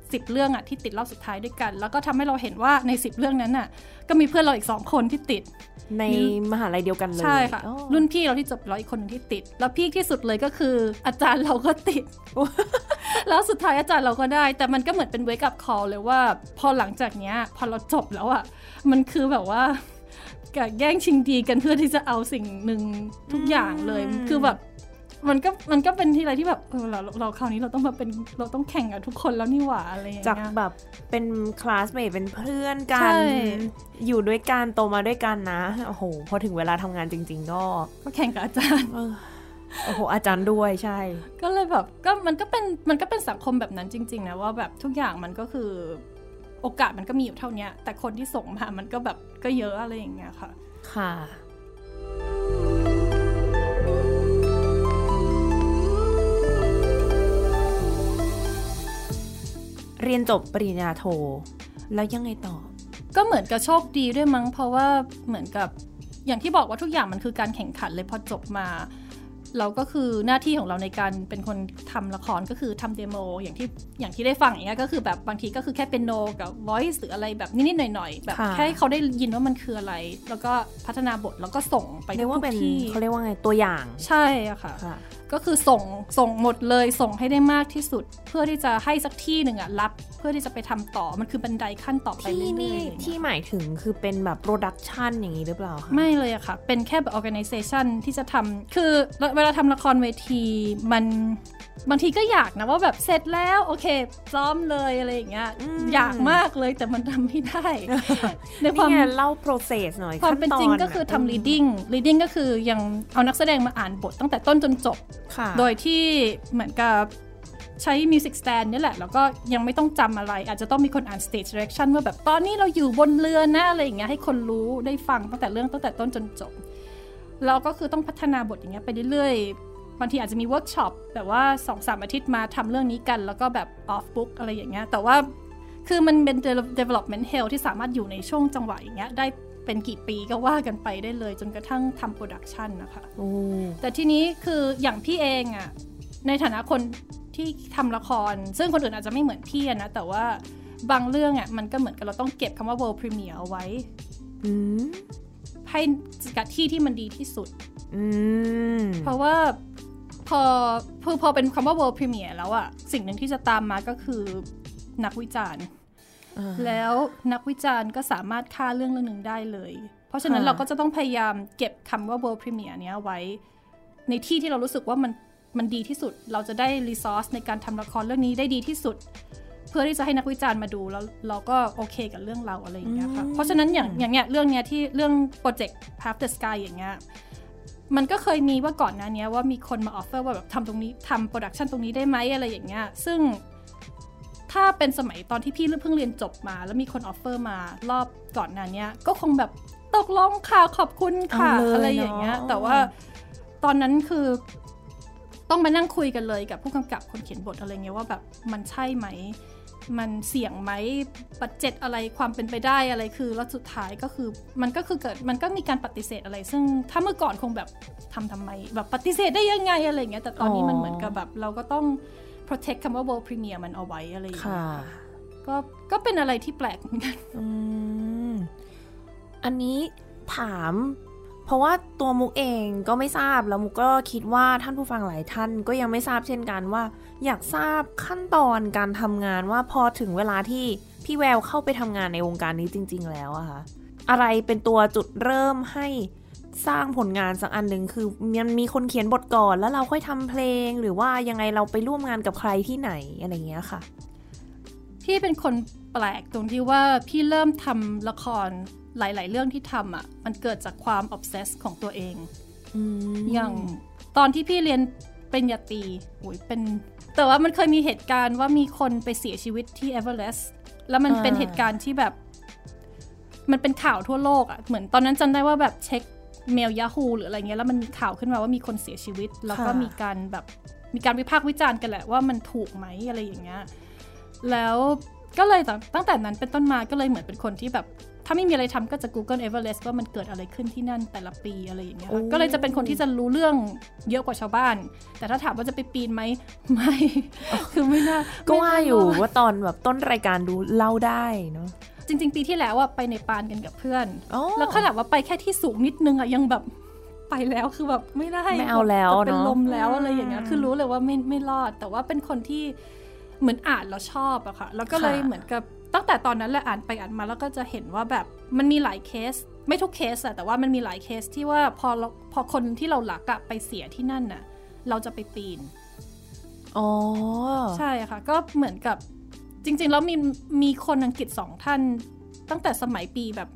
10 เรื่องอะที่ติดรอบสุดท้ายด้วยกันแล้วก็ทำให้เราเห็นว่าใน10 เรื่องนั้นอะก็มีเพื่อนเราอีก2 คนที่ติดในมหาลัยเดียวกันเลยใช่ค่ะรุ่นพี่เราที่จบแล้วอีกคนนึงที่ติดแล้วพีคที่สุดเลยก็คืออาจารย์เราก็ติด แล้วสุดท้ายอาจารย์เราก็ได้แต่มันก็เหมือนเป็น wake up call เลยว่าพอหลังจากเนี้ยพอเราจบแล้วอะมันคือแบบว่าแย่งชิงดีกันเพื่อที่จะเอาสิ่งหนึ่งทุกอย่างเลยคือแบบมันก็เป็นที่อะไรที่แบบเราคราวนี้เราต้องแข่งกับทุกคนแล้วนี่หว่าอะไรอย่างเงี้ยจากแบบเป็นคลาสเมทเป็นเพื่อนกันอยู่ด้วยกันโตมาด้วยกันนะโอ้โหพอถึงเวลาทำงานจริงๆก็แข่งกับอาจารย์โอ้โหอาจารย์ด้วยใช่ก็เลยแบบก็มันก็เป็นสังคมแบบนั้นจริงๆนะว่าแบบทุกอย่างมันก็คือโอกาสมันก็มีอยู่เท่านี้แต่คนที่ส่งมามันก็แบบก็เยอะอะไรอย่างเงี้ยค่ะค่ะเรียนจบปริญญาโทแล้วยังไงต่อก็เหมือนกับโชคดีด้วยมั้งเพราะว่าเหมือนกับอย่างที่บอกว่าทุกอย่างมันคือการแข่งขันเลยพอจบมาเราก็คือหน้าที่ของเราในการเป็นคนทำละครก็คือทำเดโมอย่างที่ได้ฟังอย่างเงี้ยก็คือแบบบางทีก็คือแค่เป็นโนกับ voice หรืออะไรแบบนิดๆหน่อยๆแบบแค่เขาได้ยินว่ามันคืออะไรแล้วก็พัฒนาบทแล้วก็ส่งไปทุกที่เขาเรียกว่าไงตัวอย่างใช่อะค่ะก็คือส่งหมดเลยส่งให้ได้มากที่สุดเพื่อที่จะให้สักที่หนึ่งอะรับเพื่อที่จะไปทำต่อมันคือบันไดขั้นต่อไปเรื่อยๆที่หมายถึงคือเป็นแบบโปรดักชันอย่างนี้หรือเปล่าคะไม่เลยอะค่ะเป็นแค่แบบ organization ที่จะทำคือเวลาทำละครเวทีมันบางทีก็อยากนะว่าแบบเสร็จแล้วโอเคซ้อมเลยอะไรอย่างเงี้ยอยากมากเลยแต่มันทำไม่ได้ในความเล่า process หน่อยความเป็นจริงก็คือทำ reading ก็คือยังเอานักแสดงมาอ่านบทตั้งแต่ต้นจนจบโดยที่เหมือนกับใช้ music stand นี่แหละแล้วก็ยังไม่ต้องจำอะไรอาจจะต้องมีคนอ่าน stage direction ว่าแบบตอนนี้เราอยู่บนเรือนะอะไรอย่างเงี้ยให้คนรู้ได้ฟังตั้งแต่ต้นจนจบเราก็คือต้องพัฒนาบทอย่างเงี้ยไปเรื่อยๆบางทีอาจจะมีเวิร์กช็อปแบบว่า 2-3 อาทิตย์มาทำเรื่องนี้กันแล้วก็แบบ off book อะไรอย่างเงี้ยแต่ว่าคือมันเป็น development hell ที่สามารถอยู่ในช่วงจังหวะอย่างเงี้ยได้เป็นกี่ปีก็ว่ากันไปได้เลยจนกระทั่งทำโปรดักชันนะคะแต่ทีนี้คืออย่างพี่เองอะในฐานะคนที่ทำละครซึ่งคนอื่นอาจจะไม่เหมือนพี่นะแต่ว่าบางเรื่องอะมันก็เหมือนกับเราต้องเก็บคำว่า world premiere เอาไว้ให้กับที่มันดีที่สุดเพราะว่าพอเป็นคำว่า world premiere แล้วอะสิ่งหนึ่งที่จะตามมาก็คือนักวิจารณ์แล้วนักวิจารณ์ก็สามารถฆ่าเรื่องนึงได้เลยเพราะฉะนั้นเราก็จะต้องพยายามเก็บคำว่า world premiere เนี้ยไว้ในที่ที่เรารู้สึกว่ามันดีที่สุดเราจะได้ resource ในการทำละครเรื่องนี้ได้ดีที่สุดเพื่อที่จะให้นักวิจารณ์มาดูแล้วเราก็โอเคกับเรื่องเราอะไรอย่างเงี้ยค่ะเพราะฉะนั้นอย่างเงี้ยเรื่องเนี้ยที่เรื่องโปรเจกต์ Half the Sky อย่างเงี้ยมันก็เคยมีว่าก่อนหน้านี้ว่ามีคนมาออฟเฟอร์ว่าแบบทำตรงนี้ทำโปรดักชันตรงนี้ได้ไหมอะไรอย่างเงี้ยซึ่งถ้าเป็นสมัยตอนที่พี่เพิ่งเรียนจบมาแล้วมีคนออฟเฟอร์มารอบก่อนหน้านี้ก็คงแบบตกลงค่ะขอบคุณค่ะ อะไรอย่างเงี้ยแต่ว่าตอนนั้นคือต้องมานั่งคุยกันเลยกับผู้กำกับคนเขียนบทอะไรเงี้ยว่าแบบมันใช่ไหมมันเสี่ยงไหมบัดเจ็ตอะไรความเป็นไปได้อะไรคือแล้วสุดท้ายก็คือมันก็คือเกิดมันก็มีการปฏิเสธอะไรซึ่งถ้าเมื่อก่อนคงแบบทำไมแบบปฏิเสธได้ยังไงอะไรเงี้ยแต่ตอนนี้มันเหมือนกับแบบเราก็ต้อง protect คำว่า world premiere มันเอาไว้อะไรอย่างเงี้ยก็เป็นอะไรที่แปลกเหมือนกันอันนี้ถามเพราะว่าตัวมุกเองก็ไม่ทราบแล้วมุกก็คิดว่าท่านผู้ฟังหลายท่านก็ยังไม่ทราบเช่นกันว่าอยากทราบขั้นตอนการทำงานว่าพอถึงเวลาที่พี่แววเข้าไปทำงานในวงการนี้จริงๆแล้วอะค่ะอะไรเป็นตัวจุดเริ่มให้สร้างผลงานสักอันหนึ่งคือมันมีคนเขียนบทก่อนแล้วเราค่อยทำเพลงหรือว่ายังไงเราไปร่วมงานกับใครที่ไหนอะไรเงี้ยค่ะพี่เป็นคนแปลกตรงที่ว่าพี่เริ่มทำละครหลายๆเรื่องที่ทำอ่ะมันเกิดจากความ obsess ของตัวเองอย่างตอนที่พี่เรียนปริญญาตรีแต่ว่ามันเคยมีเหตุการณ์ว่ามีคนไปเสียชีวิตที่เอเวอเรสต์แล้วมันเป็นเหตุการณ์ที่แบบมันเป็นข่าวทั่วโลกอ่ะเหมือนตอนนั้นจำได้ว่าแบบเช็คเมล Yahoo หรืออะไรเงี้ยแล้วมันมีข่าวขึ้นมาว่ามีคนเสียชีวิตแล้วก็มีการวิพากษ์วิจารณ์กันแหละว่ามันถูกไหมอะไรอย่างเงี้ยแล้วก็เลยตั้งแต่นั้นเป็นต้นมาก็เลยเหมือนเป็นคนที่แบบถ้าไม่มีอะไรทำก็จะ Google Everest ว่ามันเกิดอะไรขึ้นที่นั่นแต่ละปีอะไรอย่างเงี้ยก็เลยจะเป็นคนที่จะรู้เรื่องเยอะกว่าชาวบ้านแต่ถ้าถามว่าจะไปปีนไหมไม่ คือไม่น่าก็ว่าอยู่ว่าตอนแบบต้นรายการดูเล่าได้เนาะจริงๆปีที่แล้วอะไปในปานกันกับเพื่อนแล้วขนาดว่าไปแค่ที่สูงนิดนึงอะยังแบบไปแล้วคือแบบไม่ได้ไม่เอาแล้วเนาะเป็นลมแล้วอะไรอย่างเงี้ยคือรู้เลยว่าไม่รอดแต่ว่าเป็นคนที่เหมือนอ่านแล้วชอบอะค่ะแล้วก็เลยเหมือนกับตั้งแต่ตอนนั้นแหละอ่านไปอ่านมาแล้วก็จะเห็นว่าแบบมันมีหลายเคสไม่ทุกเคสอะแต่ว่ามันมีหลายเคสที่ว่าพอคนที่เรารักอะไปเสียที่นั่นน่ะเราจะไปปีนใช่ค่ะก็เหมือนกับจริงๆแล้วมีคนอังกฤษ2ท่านตั้งแต่สมัยปีแบบ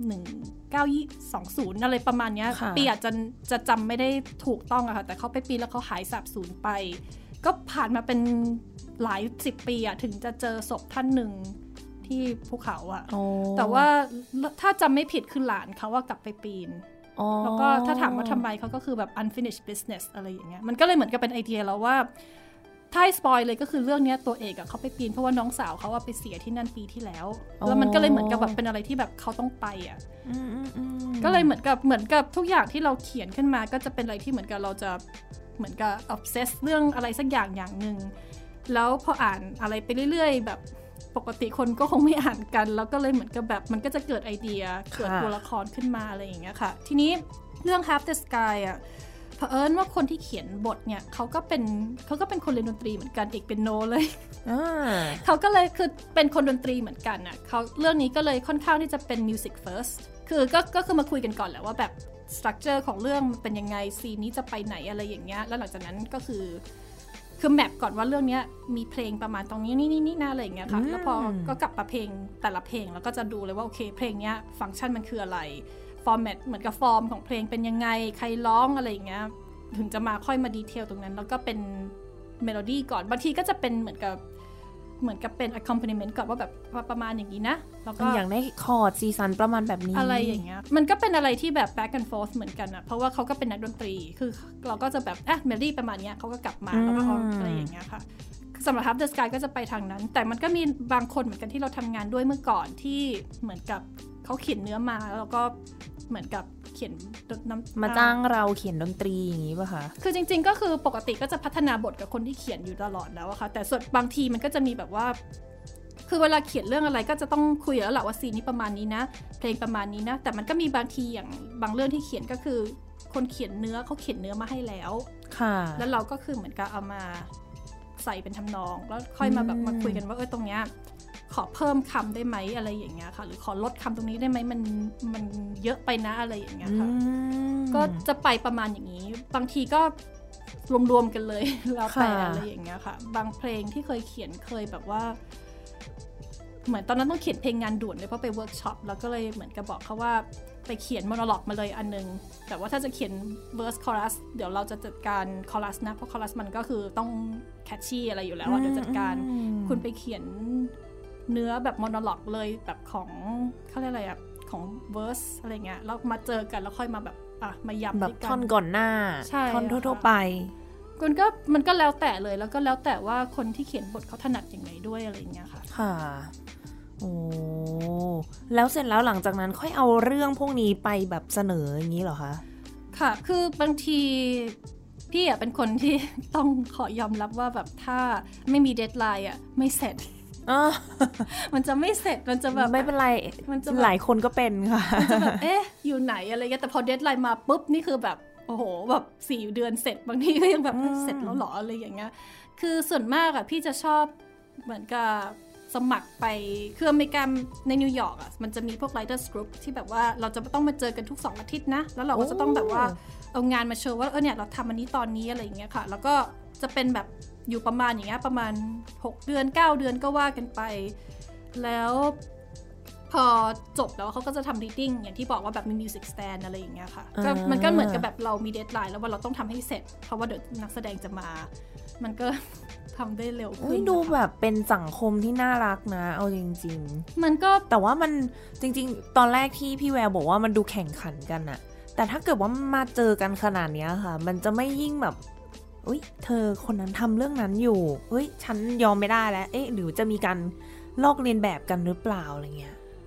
1920อะไรประมาณนี้ปีอาจจะจำไม่ได้ถูกต้องอะค่ะแต่เขาไปปีแล้วเขาหายสาบสูญไปก็ผ่านมาเป็นหลาย10ปีอะถึงจะเจอศพท่านหนึ่งที่ภูเขาอะแต่ว่าถ้าจำไม่ผิดคือหลานเขาว่ากลับไปปีนแล้วก็ถ้าถามว่าทำไมเขาก็คือแบบ unfinished business อะไรอย่างเงี้ยมันก็เลยเหมือนกับเป็นไอเดียแล้วว่าถ้าสปอยเลยก็คือเรื่องนี้ตัวเอกอะเขาไปปีนเพราะว่าน้องสาวเขาไปเสียที่นั่นปีที่แล้วแล้วมันก็เลยเหมือนกับแบบเป็นอะไรที่แบบเขาต้องไปอะก็เลยเหมือนกับทุกอย่างที่เราเขียนขึ้นมาก็จะเป็นอะไรที่เหมือนกับเราจะเหมือนกับ obsess เรื่องอะไรสักอย่างนึงแล้วพออ่านอะไรไปเรื่อยๆแบบปกติคนก็คงไม่อ่านกันแล้วก็เลยเหมือนกับแบบมันก็จะเกิดไอเดียเกิดตัวละครขึ้นมาอะไรอย่างเงี้ยค่ะทีนี้เรื่อง Half the Sky อะเผอิญว่าคนที่เขียนบทเนี่ยเขาก็เป็นคนเล่นดนตรีเหมือนกันเอกเปียโนเลยเขาก็เลยคือเป็นคนดนตรีเหมือนกันน่ะเขาเรื่องนี้ก็เลยค่อนข้างที่จะเป็น music first คือก็คือมาคุยกันก่อนแหละว่าแบบ structure ของเรื่องเป็นยังไงซีนนี้จะไปไหนอะไรอย่างเงี้ยแล้วหลังจากนั้นก็คือแมปก่อนว่าเรื่องนี้มีเพลงประมาณตรงนี้นี่นะอะไรอย่างเงี้ยค่ะแล้วพอก็กลับมาเพลงแต่ละเพลงแล้วก็จะดูเลยว่าโอเคเพลงนี้ฟังก์ชันมันคืออะไรฟอร์แมตเหมือนกับฟอร์มของเพลงเป็นยังไงใครร้องอะไรอย่างเงี้ยถึงจะมาค่อยมาดีเทลตรงนั้นแล้วก็เป็นเมโลดี้ก่อนบางทีก็จะเป็นเหมือนกับเป็น accompaniment ก่อนว่าแบบประมาณอย่างนี้นะแล้วก็อย่างได้คอร์ดซีซันประมาณแบบนี้อะไรอย่างเงี้ยมันก็เป็นอะไรที่แบบ back and forth เหมือนกันอะเพราะว่าเขาก็เป็นนักดนตรีคือเราก็จะแบบเมโลดี้ประมาณนี้เขาก็กลับมาแล้วก็อะไรอย่างเงี้ยค่ะสำหรับ Half the Sky ก็จะไปทางนั้นแต่มันก็มีบางคนเหมือนกันที่เราทำงานด้วยเมื่อก่อนที่เหมือนกับเขาเขียนเนื้อมาแล้วก็เหมือนกับเขียนมาจ้างเราเขียนดนตรีอย่างนี้ป่ะคะคือจริงๆก็คือปกติก็จะพัฒนาบทกับคนที่เขียนอยู่ตลอดแล้วอะค่ะแต่ส่วนบางทีมันก็จะมีแบบว่าคือเวลาเขียนเรื่องอะไรก็จะต้องคุยแล้วแหละว่าซีนนี้ประมาณนี้นะเพลงประมาณนี้นะแต่มันก็มีบางทีอย่างบางเรื่องที่เขียนก็คือคนเขียนเนื้อเขาเขียนเนื้อมาให้แล้วค่ะแล้วเราก็คือเหมือนกับเอามาใส่เป็นทำนองแล้วค่อยมาแบบมาคุยกันว่าตรงเนี้ยขอเพิ่มคำได้ไหมอะไรอย่างเงี้ยค่ะหรือขอลดคำตรงนี้ได้ไหมมันเยอะไปนะอะไรอย่างเงี้ยค่ะก็จะไปประมาณอย่างนี้บางทีก็รวมๆกันเลยแล้วแต่อะไรอย่างเงี้ยค่ะบางเพลงที่เคยเขียนเคยแบบว่าเหมือนตอนนั้นต้องเขียนเพลงงานด่วนเลยเพราะไปเวิร์กช็อปแล้วก็เลยเหมือนกับบอกเขาว่าไปเขียนโมโนโลกมาเลยอันนึงแต่ว่าถ้าจะเขียนเวอร์สคอรัสเดี๋ยวเราจะจัดการคอรัสนะเพราะคอรัสมันก็คือต้องแคชชี่อะไรอยู่แล้วเดี๋ยวจัดการคุณไปเขียนเนื้อแบบโมโนโลกเลยแบบของเขาเรียกอะไรอะของเวอร์สอะไรเงี้ยแล้วมาเจอกันแล้วค่อยมาแบบมายำแบบท่อนก่อนหน้าท่อนทั่วๆไปมันก็แล้วแต่เลยแล้วก็แล้วแต่ว่าคนที่เขียนบทเขาถนัดยังไงด้วยอะไรเงี้ยค่ะค่ะโอ้แล้วเสร็จแล้วหลังจากนั้นค่อยเอาเรื่องพวกนี้ไปแบบเสนออย่างนี้เหรอคะค่ะคือบางทีพี่อ่ะเป็นคนที่ต้องขอยอมรับว่าแบบถ้าไม่มีเดดไลน์อ่ะไม่เสร็จมันจะไม่เสร็จมันจะแบบไม่เป็นไรมันจะหลายคนก็เป็นค่ะมันจะแบบอยู่ไหนอะไรเงี้ยแต่พอเดดไลน์มาปุ๊บนี่คือแบบโอ้โหแบบ4 เดือนเสร็จบางทีก็ยังแบบเสร็จแล้วหรออะไรอย่างเงี้ยคือส่วนมากอ่ะพี่จะชอบเหมือนกับสมัครไปคืออเมริกาในนิวยอร์กอ่ะมันจะมีพวก writers group ที่แบบว่าเราจะต้องมาเจอกันทุก2 อาทิตย์นะแล้วเราก็จะต้องแบบว่าเอางานมาโชว์ว่าเนี่ยเราทำอันนี้ตอนนี้อะไรอย่างเงี้ยค่ะแล้วก็จะเป็นแบบอยู่ประมาณอย่างเงี้ยประมาณ6 เดือน9 เดือนก็ว่ากันไปแล้วพอจบแล้วเขาก็จะทำ reading อย่างที่บอกว่าแบบมี music stand อะไรอย่างเงี้ยค่ะมันก็เหมือนกับแบบเรามี deadline แล้วว่าเราต้องทำให้เสร็จเพราะว่าเดี๋ยวนักแสดงจะมามันก็ทำได้เร็วขึ้นดูแบบเป็นสังคมที่น่ารักนะเอาจริงๆมันก็แต่ว่ามันจริงๆตอนแรกที่พี่แววบอกว่ามันดูแข่งขันกันอะแต่ถ้าเกิดว่ามาเจอกันขนาดนี้ค่ะมันจะไม่ยิ่งแบบอุ๊ยเธอคนนั้นทำเรื่องนั้นอยู่เฮ้ยฉันยอมไม่ได้แล้วหรือจะมีการลอกเลียนแบบกันหรือเปล่าอะไรเงี้ย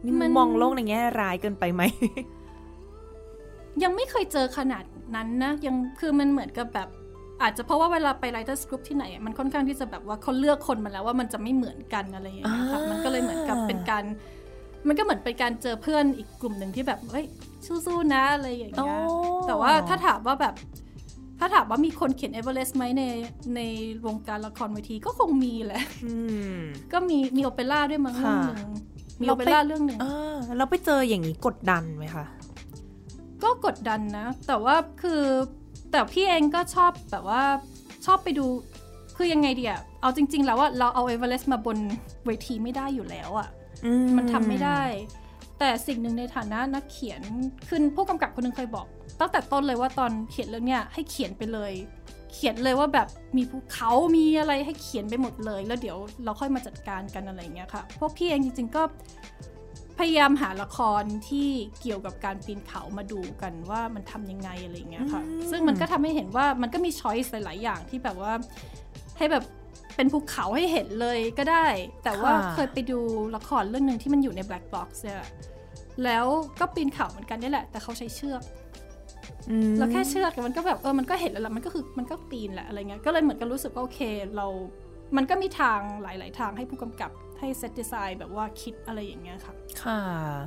มันมองโลกในแง่ร้ายเกินไปไหมยังไม่เคยเจอขนาดนั้นนะยังคือมันเหมือนกับแบบอาจจะเพราะว่าเวลาไป writers group ที่ไหนมันค่อนข้างที่จะแบบว่าเขาเลือกคนมาแล้วว่ามันจะไม่เหมือนกันอะไรอย่างเงี้ยค่ะมันก็เลยเหมือนกับเป็นการมันก็เหมือนเป็นการเจอเพื่อนอีกกลุ่มหนึ่งที่แบบเฮ้ยสู้ๆนะอะไรอย่างเงี้ยแต่ว่าถ้าถามว่ามีคนเขียนเอเวอเรสต์ไหมในวงการละครเวทีก็คงมีแหละก็มีโอเปร่าด้วยมั้งเรื่องนึงมีโอเปร่าเรื่องนึงเราไปเจออย่างนี้กดดันไหมคะก็กดดันนะแต่ว่าคือแต่พี่เองก็ชอบแบบว่าชอบไปดูคือยังไงดีอะเอาจริงๆแล้วว่าเราเอาเอเวอเรสต์มาบนเวทีไม่ได้อยู่แล้วอะมันทำไม่ได้แต่สิ่งหนึ่งในฐานะนักเขียนคือผู้กำกับคนนึงเคยบอกตั้งแต่ต้นเลยว่าตอนเขียนเรื่องเนี้ยให้เขียนไปเลยเขียนเลยว่าแบบมีภูเขามีอะไรให้เขียนไปหมดเลยแล้วเดี๋ยวเราค่อยมาจัดการกันอะไรอย่างเงี้ยค่ะพวกพี่เองจริงๆก็พยายามหาละครที่เกี่ยวกับการปีนเขามาดูกันว่ามันทำยังไงอะไรอย่างเงี้ยค่ะซึ่งมันก็ทำให้เห็นว่ามันก็มีช้อยส์หลายๆอย่างที่แบบว่าให้แบบเป็นภูเขาให้เห็นเลยก็ได้แต่ว่าเคยไปดูละครเรื่องนึงที่มันอยู่ใน Black Box เนี่ยแล้วก็ปีนเขาเหมือนกันนี่แหละแต่เขาใช้เชือกแล้วแค่เชือกมันก็แบบมันก็เห็นแล้วมันก็คือมันก็ปีนแหละอะไรเงี้ยก็เลยเหมือนกันรู้สึกว่าโอเคมันก็มีทางหลายๆทางให้ผู้กำกับให้เซตดีไซน์แบบว่าคิดอะไรอย่างเงี้ยค่ะค่ะ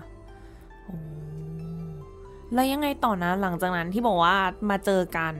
แล้วยังไงต่อนะหลังจากนั้นที่บอกว่ามาเจอกัน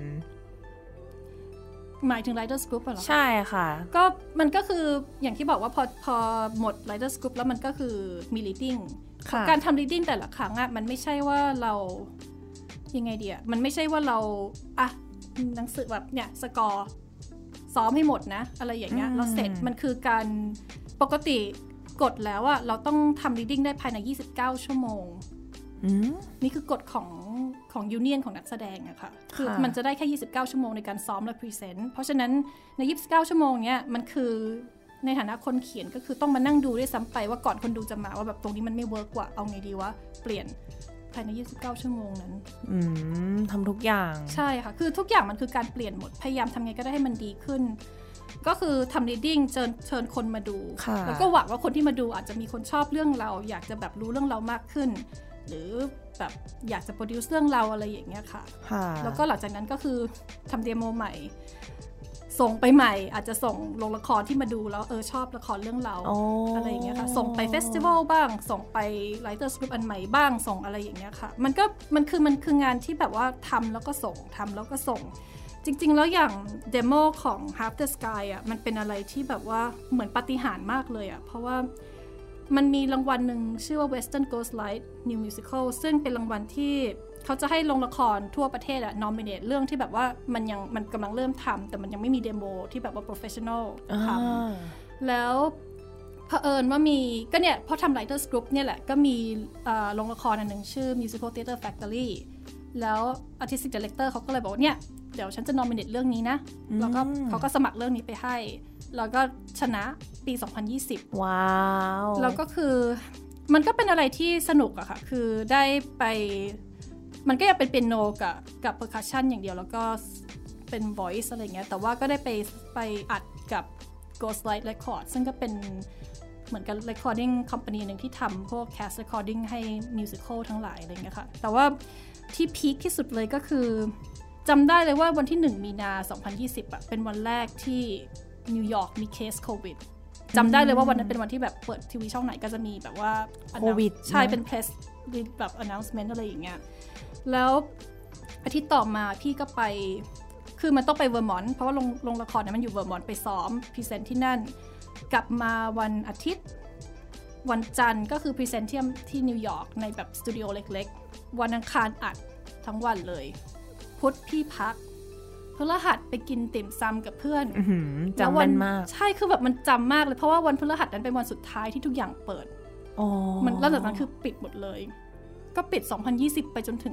หมายถึง Writers Group เหรอใช่ค่ะก็มันก็คืออย่างที่บอกว่าพอหมด Writers Group แล้วมันก็คือมี reading การทำ reading แต่ละครั้งมันไม่ใช่ว่าเรายังไงดีมันไม่ใช่ว่าเราหนังสือแบบเนี่ยสกอร์ซ้อมให้หมดนะอะไรอย่างเงี้ยเราเสร็จมันคือการปกติกฎแล้วเราต้องทำ reading ได้ภายใน29ชั่วโมงนี่คือกฎของยูเนียนของนักแสดงอะค่ะคือมันจะได้แค่29ชั่วโมงในการซ้อมและพรีเซนต์เพราะฉะนั้นใน29ชั่วโมงเนี้ยมันคือในฐานะคนเขียนก็คือต้องมานั่งดูด้วยซ้ำไปว่าก่อนคนดูจะมาว่าแบบตรงนี้มันไม่เวิร์กว่ะเอาไงดีวะเปลี่ยนภายใน29ชั่วโมงนั้นทำทุกอย่างใช่ค่ะคือทุกอย่างมันคือการเปลี่ยนหมดพยายามทำไงก็ได้ให้มันดีขึ้นก็คือทำ reading เชิญคนมาดูแล้วก็หวังว่าคนที่มาดูอาจจะมีคนชอบเรื่องเราอยากจะแบบรู้เรื่องเรามากขึ้นหรือแบบอยากจะโปรดิวซ์เรื่องเราอะไรอย่างเงี้ยค่ะแล้วก็หลังจากนั้นก็คือทำเดโมใหม่ส่งไปใหม่อาจจะส่งลงละครที่มาดูแล้วชอบละครเรื่องเราอะไรอย่างเงี้ยค่ะส่งไปเฟสติวัลบ้างส่งไป Writers Group อันใหม่บ้างส่งอะไรอย่างเงี้ยค่ะมันคืองานที่แบบว่าทำแล้วก็ส่งทำแล้วก็ส่งจริงๆแล้วอย่างเดโมของ Half the Sky มันเป็นอะไรที่แบบว่าเหมือนปาฏิหาริย์มากเลยเพราะว่ามันมีรางวัลหนึ่งชื่อว่า Western Ghostlight New Musical ซึ่งเป็นรางวัลที่เขาจะให้โรงละครทั่วประเทศnominate เรื่องที่แบบว่ามันกำลังเริ่มทำแต่มันยังไม่มีเดโมที่แบบว่า professional ทำแล้วเผอิญว่ามีก็เนี่ยพอทำ Writers Group เนี่ยแหละก็มีโรงละครอันหนึ่งชื่อ Musical Theatre Factory แล้ว Artistic Director เขาก็เลยบอกว่าเนี่ยเดี๋ยวฉันจะ nominate เรื่องนี้นะแล้วก็เขาก็สมัครเรื่องนี้ไปให้แล้วก็ชนะปี 2020 ว้าวแล้วก็คือมันก็เป็นอะไรที่สนุกอะค่ะคือได้ไปมันก็ยังเป็นเปียโนกับเพอร์คัชชันอย่างเดียวแล้วก็เป็น voice อะไรเงี้ยแต่ว่าก็ได้ไปอัดกับ Ghostlight Record ซึ่งก็เป็นเหมือนกับ recording company นึงที่ทำพวก cast recording ให้ musical ทั้งหลายอะไรเงี้ยค่ะแต่ว่าที่พีคที่สุดเลยก็คือจำได้เลยว่าวันที่1มีนา2020เป็นวันแรกที่นิวยอร์กมีเคสโควิดจำได้เลยว่าวันนั้นเป็นวันที่แบบเปิดทีวีช่องไหนก็จะมีแบบว่าโควิดใช่เป็น press แบบ announcement อะไรอย่างเงี้ยแล้วอาทิตย์ต่อมาพี่ก็ไปคือมันต้องไปเวอร์มอนต์เพราะว่าโรงละครเนี่ยมันอยู่เวอร์มอนต์ไปซ้อมพรีเซนต์ที่นั่นกลับมาวันอาทิตย์วันจันทร์ก็คือพรีเซนต์ที่นิวยอร์กในแบบสตูดิโอเล็กๆวันอังคารอัดทั้งวันเลยพุธพี่พักพฤหัสไปกินติ่มซำกับเพื่อนจำมันมากใช่คือแบบมันจำมากเลยเพราะว่าวันพฤหัสนั้นเป็นวันสุดท้ายที่ทุกอย่างเปิดมันแล้วจากนั้นคือปิดหมดเลยก็ปิด2020ไปจนถึง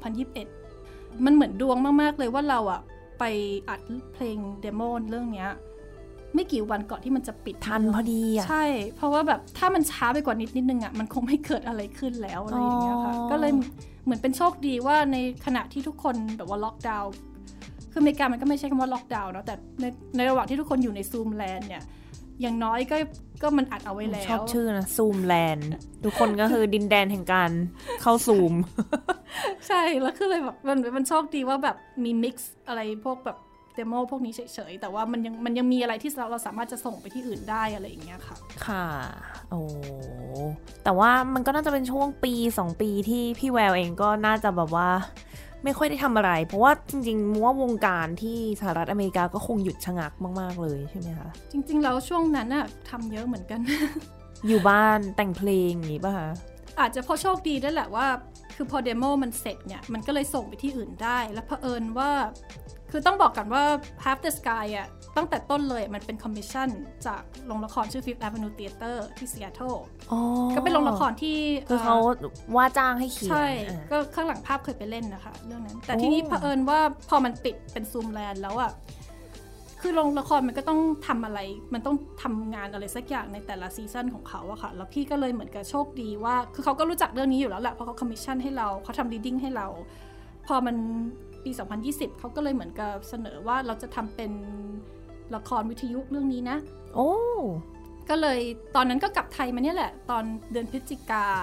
2021มันเหมือนดวงมากๆเลยว่าเราไปอัดเพลงเดโมเรื่องนี้ไม่กี่วันก่อนที่มันจะปิดทันพอดีใช่เพราะว่าแบบถ้ามันช้าไปกว่านิดนึงมันคงไม่เกิดอะไรขึ้นแล้วอะไรอย่างเงี้ยค่ะก็เลยเหมือนเป็นโชคดีว่าในขณะที่ทุกคนแบบว่าล็อกดาวน์คืออเมริกามันก็ไม่ใช่คำว่าล็อกดาวน์เนาะแต่ในระหว่างที่ทุกคนอยู่ในซูมแลนด์เนี่ยอย่างน้อยก็มันอัดเอาไว้แล้วชอบชื่อนะซูมแลนด์ทุกคนก็คือดินแดนแห่งการเข้าซูมใช่แล้วคือเลยแบบมันโชคดีว่าแบบมีมิกซ์อะไรพวกแบบเดโมพวกนี้เฉยๆแต่ว่ามันยังมีอะไรที่เราสามารถจะส่งไปที่อื่นได้อะไรอย่างเงี้ยค่ะค่ะโอ้แต่ว่ามันก็น่าจะเป็นช่วงปี2ปีที่พี่แววเองก็น่าจะแบบว่าไม่ค่อยได้ทำอะไรเพราะว่าจริงๆว่าวงการที่สหรัฐอเมริกาก็คงหยุดชะงักมากๆเลยใช่ไหมคะจริงๆแล้วช่วงนั้นอะทำเยอะเหมือนกันอยู่บ้านแต่งเพลงอย่างนี้ป่ะคะอาจจะเพราะโชคดีด้วยแหละว่าคือพอเดโมมันเสร็จเนี่ยมันก็เลยส่งไปที่อื่นได้แล้วเผอิญว่าคือต้องบอกกันว่า Half the Sky อะตั้งแต่ต้นเลยมันเป็นคอมมิชชั่นจากโรงละครชื่อ Fifth Avenue Theater ที่ซีแอตเทิลก็เป็นโรงละครที่คือเขาว่าจ้างให้เขียนใช่ก็ข้างหลังภาพเคยไปเล่นนะคะเรื่องนั้นแต่ทีนี้เผอิญว่าพอมันปิดเป็นซูมแลนด์แล้วอะคือโรงละครมันก็ต้องทำอะไรมันต้องทำงานอะไรสักอย่างในแต่ละซีซั่นของเขาอะค่ะแล้วพี่ก็เลยเหมือนกับโชคดีว่าคือเขาก็รู้จักเรื่องนี้อยู่แล้วแหละเพราะเขาคอมมิชชั่นให้เราเขาทำรีดดิ้งให้เราพอมันปี2020เขาก็เลยเหมือนกับเสนอว่าเราจะทำเป็นละครวิทยุเรื่องนี้นะโอ้ก็เลยตอนนั้นก็กลับไทยมาเนี่ยแหละตอนเดือนพฤศจิกา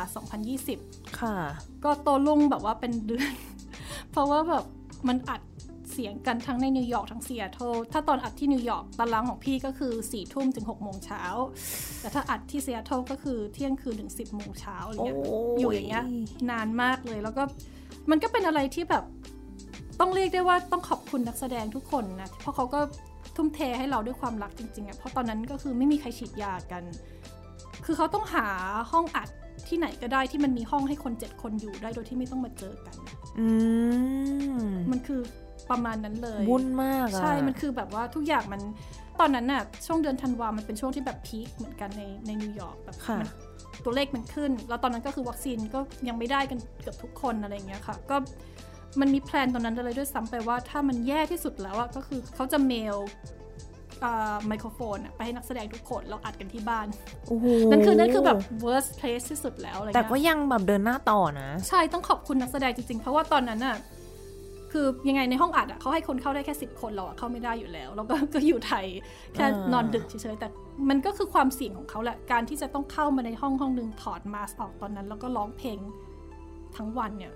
2020 ค่ะก็โตลุ่งแบบว่าเป็นเดือน เพราะว่าแบบมันอัดเสียงกันทั้งในนิวยอร์กทั้งซีแอตเทิลถ้าตอนอัดที่นิวยอร์กตารางของพี่ก็คือ 4 ทุ่มถึง 6 โมงเช้าแต่ถ้าอัดที่ซีแอตเทิลก็คือเที่ยงคืนถึง 10 โมงเช้าอะไรเงี้ยอยู่อย่างเงี้ยนานมากเลยแล้วก็มันก็เป็นอะไรที่แบบต้องเรียกได้ว่าต้องขอบคุณนักแสดงทุกคนนะเพราะเขาก็ทุ่มเทให้เราด้วยความรักจริงๆอ่ะเพราะตอนนั้นก็คือไม่มีใครฉีดยากันคือเขาต้องหาห้องอัดที่ไหนก็ได้ที่มันมีห้องให้คน7คนอยู่ได้โดยที่ไม่ต้องมาเจอกันมันคือประมาณนั้นเลยวุ่นมากใช่มันคือแบบว่าทุกอย่างมันตอนนั้นน่ะช่วงเดือนธันวามันเป็นช่วงที่แบบพีคเหมือนกันในนิวยอร์กแบบตัวเลขมันขึ้นแล้วตอนนั้นก็คือวัคซีนก็ยังไม่ได้กันเกือบทุกคนอะไรอย่างเงี้ยค่ะก็มันมีแพลนตอนนั้นเลยด้วยซ้ำไปว่าถ้ามันแย่ที่สุดแล้วก็คือเขาจะเมลไมโครโฟนไปให้นักแสดงทุกคนเราอัดกันที่บ้านนั่นคือแบบ worst case ที่สุดแล้วอะไรเงี้ยแต่ก็ยังแบบเดินหน้าต่อนะใช่ต้องขอบคุณนักแสดงจริงๆเพราะว่าตอนนั้นน่ะคือยังไงในห้องอัดเขาให้คนเข้าได้แค่10คนเราเข้าไม่ได้อยู่แล้วแล้วก็อยู่ไทยแค่นอนดึกเฉยๆแต่มันก็คือความเสี่ยงของเขาแหละการที่จะต้องเข้ามาในห้องนึงถอดมาสก์ออกตอนนั้นแล้วก็ร้องเพลงทั้งวันเนี่ย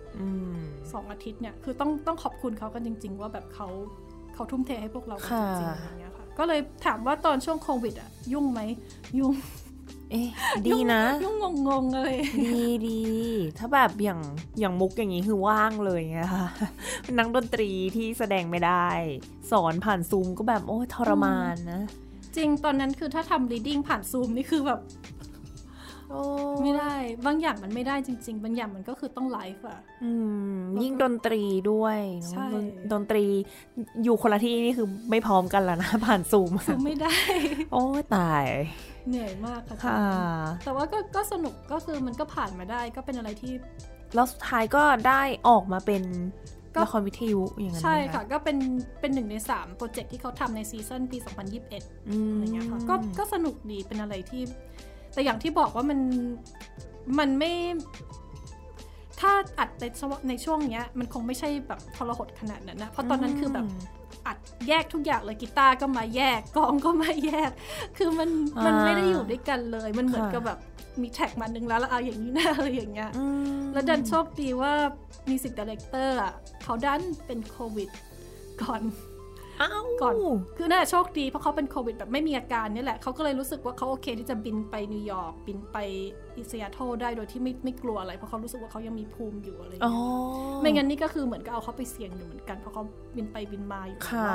2 อาทิตย์เนี่ยคือต้องขอบคุณเขากันจริงๆว่าแบบเขาทุ่มเทให้พวกเราจริงๆอย่างเงี้ยค่ะก็เลยถามว่าตอนช่วงโควิดยุ่งไหมยุ่งดีนะยุ่งงงๆเลยดีถ้าแบบอย่างมุกอย่างนี้คือว่างเลยไงค่ะนักดนตรีที่แสดงไม่ได้สอนผ่านซูมก็แบบโอ้ยทรมานนะจริงตอนนั้นคือถ้าทำ reading ผ่านซูมนี่คือแบบไม่ได้บางอย่างมันไม่ได้จริงๆบางอย่างมันก็คือต้องไลฟ์ยิ่งดนตรีด้วยดนตรีอยู่คนละที่นี่คือไม่พร้อมกันแล้วนะผ่านซูมไม่ได้โอ้ตายเหนื่อยมากค่ะแต่ว่าก็สนุกก็คือมันก็ผ่านมาได้ก็เป็นอะไรที่แล้วสุดท้ายก็ได้ออกมาเป็นละครวิทยุอย่างนั้นใช่ค่ะก็เป็น1 ใน 3โปรเจกต์ที่เขาทำในซีซั่นปี2021อะไรเงี้ยค่ะก็สนุกดีเป็นอะไรที่แต่อย่างที่บอกว่ามันไม่ถ้าอัดในช่วงนี้มันคงไม่ใช่แบบทรหดขนาดนั้นนะเพราะตอนนั้นคือแบบอัดแยกทุกอย่างเลยกีตาร์ก็มาแยกกลองก็มาแยกคือมันไม่ได้อยู่ด้วยกันเลยมันเหมือนกับแบบมีแท็กมานึงแล้วเอาอย่างนี้นะอะไรอย่างเงี้ยแล้วดันโชคดีว่ามิวสิกไดเรคเตอร์เขาดันเป็นโควิดก่อนคือน่าโชคดีเพราะเขาเป็นโควิดแบบไม่มีอาการนี่แหละเขาก็เลยรู้สึกว่าเขาโอเคที่จะบินไปนิวยอร์กบินไปซีแอตเทิลได้โดยที่ไม่กลัวอะไรเพราะเขารู้สึกว่าเขายังมีภูมิอยู่อะไรอย่างเงี้ยไม่งั้นนี่ก็คือเหมือนกับเอาเขาไปเสี่ยงอยู่เหมือนกันเพราะเขาบินไปบินมาอยู่ค่ะ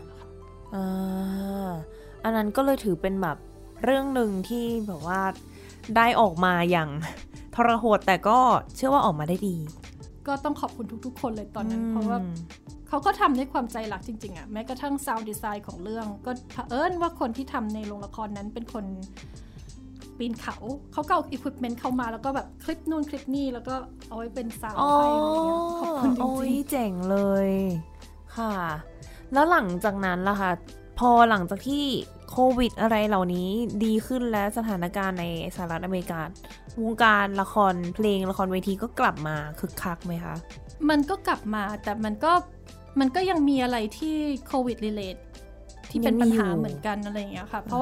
อันนั้นก็เลยถือเป็นแบบเรื่องนึงที่แบบว่าได้ออกมาอย่างทรหดแต่ก็เชื่อว่าออกมาได้ดีก็ต้องขอบคุณทุกๆคนเลยตอนนั้นเพราะว่าเขาก็ทำด้วยความใจรักจริงๆแม้กระทั่งซาวด์ดีไซน์ของเรื่องก็เผอิญว่าคนที่ทำในโรงละครนั้นเป็นคนปีนเขาก็เอาอุปกรณ์เข้ามาแล้วก็แบบคลิปนู่นคลิปนี่แล้วก็เอาไว้เป็นซาวด์ให้อะไรเงี้ยขอบคุณจริงๆโอ้ยเจ๋งเลยค่ะแล้วหลังจากนั้นล่ะค่ะพอหลังจากที่โควิดอะไรเหล่านี้ดีขึ้นและสถานการณ์ในสหรัฐอเมริกาวงการละครเพลงละครเวทีก็กลับมาคึกคักไหมคะมันก็กลับมาแต่มันก็ยังมีอะไรที่โควิดรีเลทที่เป็นปัญหาเหมือนกันอะไรอย่างเงี้ยค่ะเพราะว่า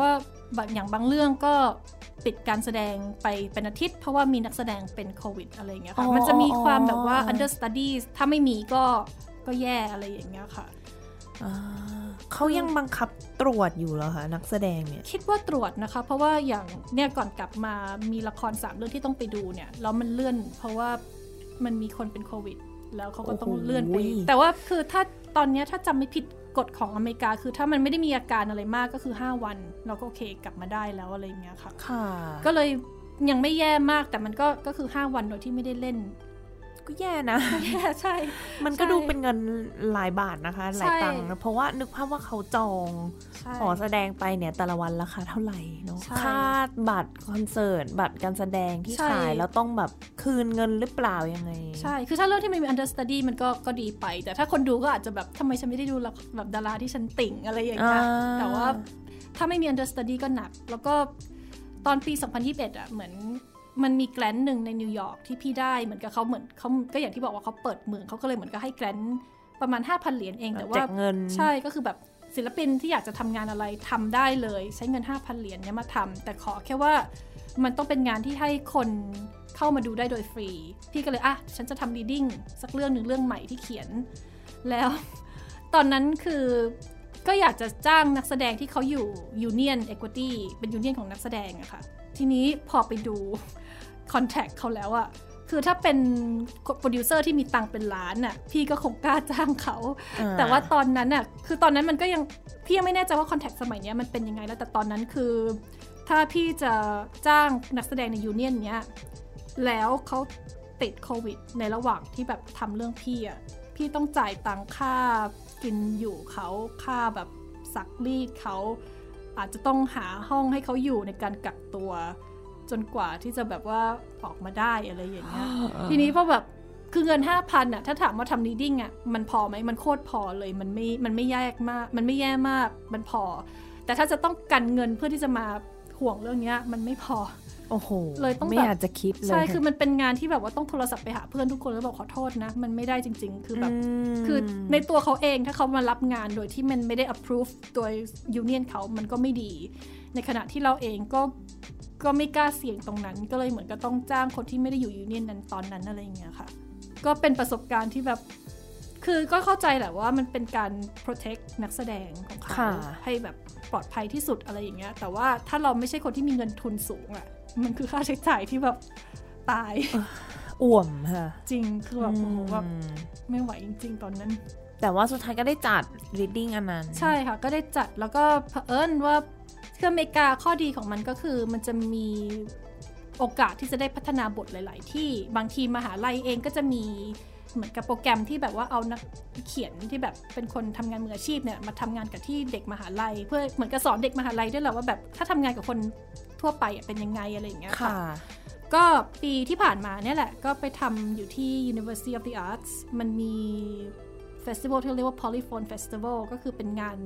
อย่างบางเรื่องก็ปิดการแสดงไปเป็นอาทิตย์เพราะว่ามีนักแสดงเป็นโควิดอะไรอย่างเงี้ยค่ะมันจะมีความแบบว่า under studies ถ้าไม่มีก็แย่อะไรอย่างเงี้ยค่ะเขายังบังคับตรวจอยู่เหรอคะนักแสดงเนี่ยคิดว่าตรวจนะคะเพราะว่าอย่างเนี่ยก่อนกลับมามีละคร3เรื่องที่ต้องไปดูเนี่ยแล้วมันเลื่อนเพราะว่ามันมีคนเป็นโควิดแล้วเขาก็ต้องเลื่อนไปแต่ว่าคือถ้าตอนนี้ถ้าจำไม่ผิดกฎของอเมริกาคือถ้ามันไม่ได้มีอาการอะไรมากก็คือ5วันเราก็โอเคกลับมาได้แล้วอะไรอย่างเงี้ยค่ะก็เลยยังไม่แย่มากแต่มันก็คือ5วันโดยที่ไม่ได้เล่นก็แย่นะใช่มันก็ดูเป็นเงินหลายบาทนะคะหลายตังค์นะเพราะว่านึกภาพว่าเขาจองขอแสดงไปเนี่ยแต่ละวันราคาเท่าไหร่เนาะค่าบัตรคอนเสิร์ตบัตรการแสดงที่ขายแล้วต้องแบบคืนเงินหรือเปล่ายังไงใช่คือถ้าเรื่องที่ไม่มี understudy มันก็ดีไปแต่ถ้าคนดูก็อาจจะแบบทำไมฉันไม่ได้ดูแบบดาราที่ฉันติ่งอะไรอย่างเงี้ยแต่ว่าถ้าไม่มี understudy ก็หนักแล้วก็ตอนปี2021เหมือนมันมีแกรนด์หนึ่งในนิวยอร์กที่พี่ได้เหมือนกับเขาก็อย่างที่บอกว่าเขาเปิดเมืองเขาก็เลยเหมือนกับให้แกรนด์ประมาณ 5,000 เหรียญเองแต่ว่าเงินใช่ก็คือแบบศิลปินที่อยากจะทำงานอะไรทำได้เลยใช้เงิน 5,000 เหรียญเนี่ยมาทำแต่ขอแค่ว่ามันต้องเป็นงานที่ให้คนเข้ามาดูได้โดยฟรีพี่ก็เลยฉันจะทำ reading สักเรื่องหนึ่งเรื่องใหม่ที่เขียนแล้วตอนนั้นคือก็อยากจะจ้างนักแสดงที่เขาอยู่ Union Equity เป็น Union ของนักแสดงอะค่ะทีนี้พอไปดูคอนแทคเขาแล้วอะคือถ้าเป็นโปรดิวเซอร์ที่มีตังค์เป็นล้านอะพี่ก็คงกล้าจ้างเขาแต่ว่าตอนนั้นอะคือตอนนั้นมันก็ยังพี่ยังไม่แน่ใจว่าคอนแทคสมัยนี้มันเป็นยังไงแล้วแต่ตอนนั้นคือถ้าพี่จะจ้างนักแสดงในยูเนียนเนี้ยแล้วเขาติดโควิดในระหว่างที่แบบทำเรื่องพี่อะพี่ต้องจ่ายตังค่ากินอยู่เขาค่าแบบซักรีดเขาอาจจะต้องหาห้องให้เขาอยู่ในการกักตัวจนกว่าที่จะแบบว่าออกมาได้อะไรอย่างเงี้ย ทีนี้พอแบบคือเงิน 5,000 อ่ะถ้าถามว่าทำ reading อ่ะมันพอไหมมันโคตรพอเลยมันไม่แย่มากมันไม่แย่มากมันพอแต่ถ้าจะต้องกันเงินเพื่อที่จะมาห่วงเรื่องนี้มันไม่พอโอ้โหเลยต้องไม่อยากจะคิดเลยใช่คือมันเป็นงานที่แบบว่าต้องโทรศัพท์ไปหาเพื่อนทุกคนแล้วบอกขอโทษนะมันไม่ได้จริงๆคือแบบคือในตัวเขาเองถ้าเขามารับงานโดยที่มันไม่ได้ approve โดย union เขามันก็ไม่ดีในขณะที่เราเองก็ไม่กล้าเสี่ยงตรงนั้นก็เลยเหมือนก็ต้องจ้างคนที่ไม่ได้อยู่ union นั้นตอนนั้นอะไรอย่างเงี้ยค่ะก็เป็นประสบการณ์ที่แบบคือก็เข้าใจแหละว่ามันเป็นการ protect นักแสดงของเขาให้แบบปลอดภัยที่สุดอะไรอย่างเงี้ยแต่ว่าถ้าเราไม่ใช่คนที่มีเงินทุนสูงอ่ะมันคือค่าใช้จ่ายที่แบบตายอ่วมค่ะจริงคือแบบโอ้โหแบบไม่ไหวจริงๆตอนนั้นแต่ว่าสุดท้ายก็ได้จัด reading อันนั้นใช่ค่ะก็ได้จัดแล้วก็เผอิญว่าคืออเมริกาข้อดีของมันก็คือมันจะมีโอกาสที่จะได้พัฒนาบทหลายๆที่บางทีมหาลัยเองก็จะมีเหมือนกับโปรแกรมที่แบบว่าเอานักเขียนที่แบบเป็นคนทำงานมืออาชีพเนี่ยมาทำงานกับที่เด็กมหาลัยเพื่อเหมือนกับสอนเด็กมหาลัยด้วยแหละว่าแบบถ้าทำงานกับคนทั่วไปเป็นยังไงอะไรอย่างเงี้ยค่ะก็ปีที่ผ่านมาเนี่ยแหละก็ไปทำอยู่ที่ University of the Arts มันมีเฟสติวัลที่เรียกว่า Polyphone Festival ก็คือเป็นงาน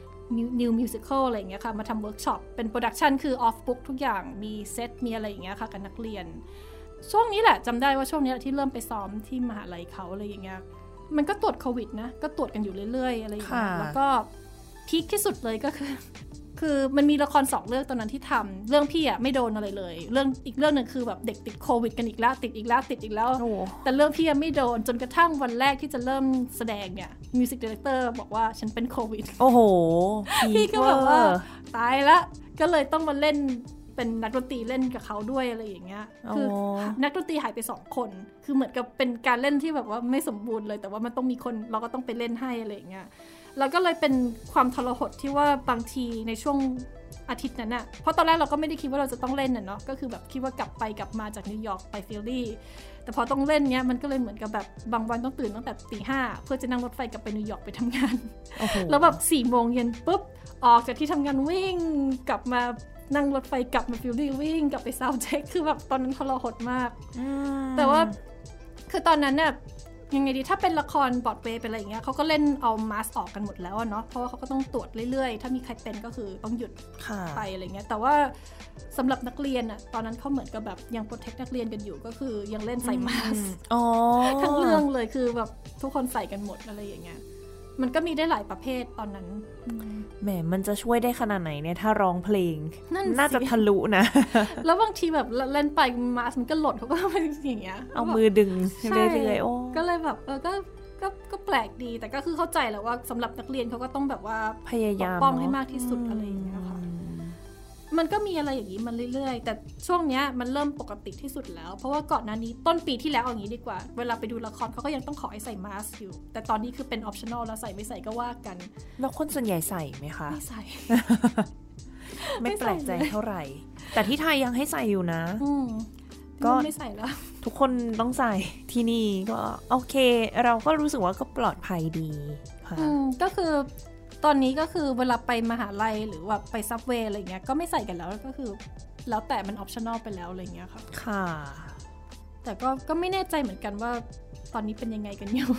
New Musical อะไรอย่างเงี้ยค่ะมาทำเวิร์กช็อปเป็นโปรดักชันคือ off book ทุกอย่างมีเซตมีอะไรอย่างเงี้ยค่ะกับนักเรียนช่วงนี้แหละจำได้ว่าช่วงนี้ที่เริ่มไปซ้อมที่มหาลัยเขาอะไรอย่างเงี้ยมันก็ตรวจโควิดนะก็ตรวจกันอยู่เรื่อยๆอะไรอย่างเงี้ยแล้วก็พีคที่สุดเลยก็คือมันมีละคร2เรื่องตอนนั้นที่ทำเรื่องพี่ไม่โดนอะไรเลยอีกเรื่องนึงคือแบบเด็กติดโควิดกันอีกแล้วติดอีกแล้วแต่เรื่องพี่ไม่โดนจนกระทั่งวันแรกที่จะเริ่มแสดงเนี่ยมิวสิกดีเรคเตอร์บอกว่าฉันเป็นโควิดโอ้โหพี่ก็แบบว่าตายละก็เลยต้องมาเล่นเป็นนักดนตรีเล่นกับเขาด้วยอะไรอย่างเงี้ยคือนักดนตรีหายไป2คนคือเหมือนกับเป็นการเล่นที่แบบว่าไม่สมบูรณ์เลยแต่ว่ามันต้องมีคนเราก็ต้องไปเล่นให้อะไรอย่างเงี้ยแล้วก็เลยเป็นความทรหดที่ว่าบางทีในช่วงอาทิตย์นั้นน่ะเพราะตอนแรกเราก็ไม่ได้คิดว่าเราจะต้องเล่นน่ะเนาะก็คือแบบคิดว่ากลับมาจากนิวยอร์กไปฟิลลี่แต่พอต้องเล่นเนี้ยมันก็เลยเหมือนกับแบบบางวันต้องตื่นตั้งแต่ 5:00 เพื่อจะนั่งรถไฟกลับไปนิวยอร์กไปทำงานแล้วแบบ 4:00 นปุ๊บออกจากที่ทำงานวิ่งกลับมานั่งรถไฟกลับมาฟิลลี่วิ่งกลับไปซาวด์เช็คคือแบบตอนนั้นทรหดมากแต่ว่าคือตอนนั้นเนี่ยยังไงดีถ้าเป็นละครบรอดเวย์เป็นอะไรอย่างเงี้ยเขาก็เล่นเอามาสออกกันหมดแล้วเนาะเพราะว่าเขาก็ต้องตรวจเรื่อยๆถ้ามีใครเป็นก็คือต้องหยุดไปอะไรเงี้ยแต่ว่าสำหรับนักเรียนอะตอนนั้นเขาเหมือนกับแบบยังโปรเทคนักเรียนกันอยู่ก็คือยังเล่นใส่มาสทั้งเรื่องเลยคือแบบทุกคนใส่กันหมดอะไรอย่างเงี้ยมันก็มีได้หลายประเภทตอนนั้นแหมมันจะช่วยได้ขนาดไหนเนี่ยถ้าร้องเพลง น่าจะทะลุนะแล้วบางทีแบบเล่นไปมาสมันก็หล่นเขาก็เป็นอย่างเงี้ยเอามือดึงเรื่อยๆโอ้ก็เลยแบบก็แปลกดีแต่ก็คือเข้าใจแหละว่าสำหรับนักเรียนเขาก็ต้องแบบว่าพยายามป้องให้มากที่สุดอะไรอย่างเงี้ยค่ะมันก็มีอะไรอย่างนี้มันเรื่อยๆแต่ช่วงเนี้ยมันเริ่มปกติที่สุดแล้วเพราะว่าก่อนหน้านี้ต้นปีที่แล้วอย่างนี้ดีกว่าเวลาไปดูละครเขาก็ยังต้องขอให้ใส่มาสก์อยู่แต่ตอนนี้คือเป็นออปชั่นอลแล้วใส่ไม่ใส่ก็ว่ากันแล้วคนส่วนใหญ่ใส่ไหมคะไม่ใส่ไม่แปลกใจเท่าไหร่แต่ที่ไทยยังให้ใส่อยู่นะก็ไม่ใส่แล้วทุกคนต้องใส่ที่นี่ก็โอเคเราก็รู้สึกว่าก็ปลอดภัยดีค่ะก็คือตอนนี้ก็คือเวลาไปมหาลัยหรือว่าไปซับเวย์อะไรเงี้ยก็ไม่ใส่กันแล้วก็คือแล้วแต่มันออปชั่นอลไปแล้วอะไรเงี้ยค่ะค่ะแต่ก็ไม่แน่ใจเหมือนกันว่าตอนนี้เป็นยังไงกันอยู่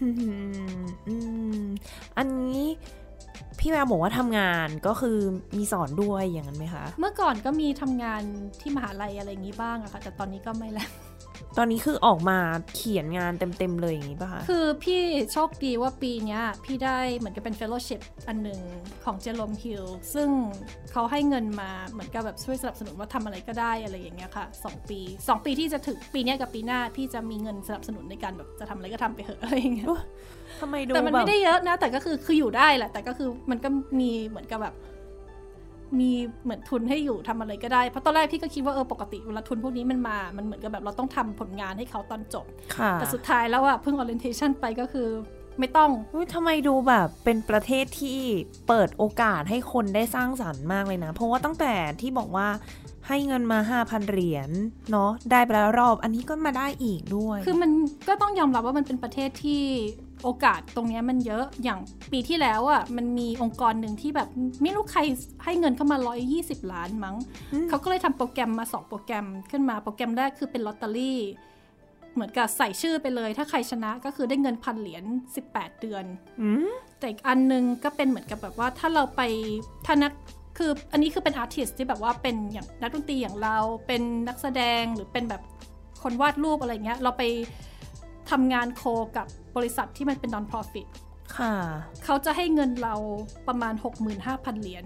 อันนี้พี่แววบอกว่าทำงานก็คือมีสอนด้วยอย่างนั้นไหมคะเมื่อก่อนก็มีทำงานที่มหาลัยอะไรอย่างนี้บ้างอะค่ะแต่ตอนนี้ก็ไม่แล้วตอนนี้คือออกมาเขียนงานเต็มๆเลยอย่างนี้ป่ะคะคือพี่โชคดีว่าปีนี้พี่ได้เหมือนกับเป็น fellowship อันหนึ่งของเจอโรมฮิลซึ่งเขาให้เงินมาเหมือนกับแบบช่วยสนับสนุนว่าทำอะไรก็ได้อะไรอย่างเงี้ยค่ะ2 ปีที่จะถึงปีนี้กับปีหน้าพี่จะมีเงินสนับสนุนในการแบบจะทำอะไรก็ทำไปเถอะอะไรอย่างเงี้ยทำไมดูแต่มันไม่ได้เยอะนะแต่ก็คืออยู่ได้แหละแต่ก็คือมันก็มีเหมือนกับแบบมีเหมือนทุนให้อยู่ทำอะไรก็ได้เพราะตอนแรกพี่ก็คิดว่าปกติเวลาทุนพวกนี้มันมามันเหมือนกับแบบเราต้องทำผลงานให้เขาตอนจบแต่สุดท้ายแล้วเพิ่ง orientation ไปก็คือไม่ต้องทำไมดูแบบเป็นประเทศที่เปิดโอกาสให้คนได้สร้างสรรค์มากเลยนะเพราะว่าตั้งแต่ที่บอกว่าให้เงินมา 5,000 เหรียญเนาะได้ไปแล้วรอบอันนี้ก็มาได้อีกด้วยคือมันก็ต้องยอมรับว่ามันเป็นประเทศที่โอกาสตรงนี้มันเยอะอย่างปีที่แล้วมันมีองค์กรหนึ่งที่แบบไม่รู้ใครให้เงินเข้ามา120 ล้านมั้งเขาก็เลยทำโปรแกรมมา2โปรแกรมขึ้นมาโปรแกรมแรกคือเป็นลอตเตอรี่เหมือนกับใส่ชื่อไปเลยถ้าใครชนะก็คือได้เงิน1,000 เหรียญ18 เดือนแต่อีกอันนึงก็เป็นเหมือนกับแบบว่าถ้าเราไปถ้านักคืออันนี้คือเป็นอาร์ติสต์ที่แบบว่าเป็นอย่างนักดนตรีอย่างเราเป็นนักแสดงหรือเป็นแบบคนวาดรูปอะไรเงี้ยเราไปทำงานโคกับบริษัทที่มันเป็น non-profit ค่ะเขาจะให้เงินเราประมาณ 65,000 เหรียญ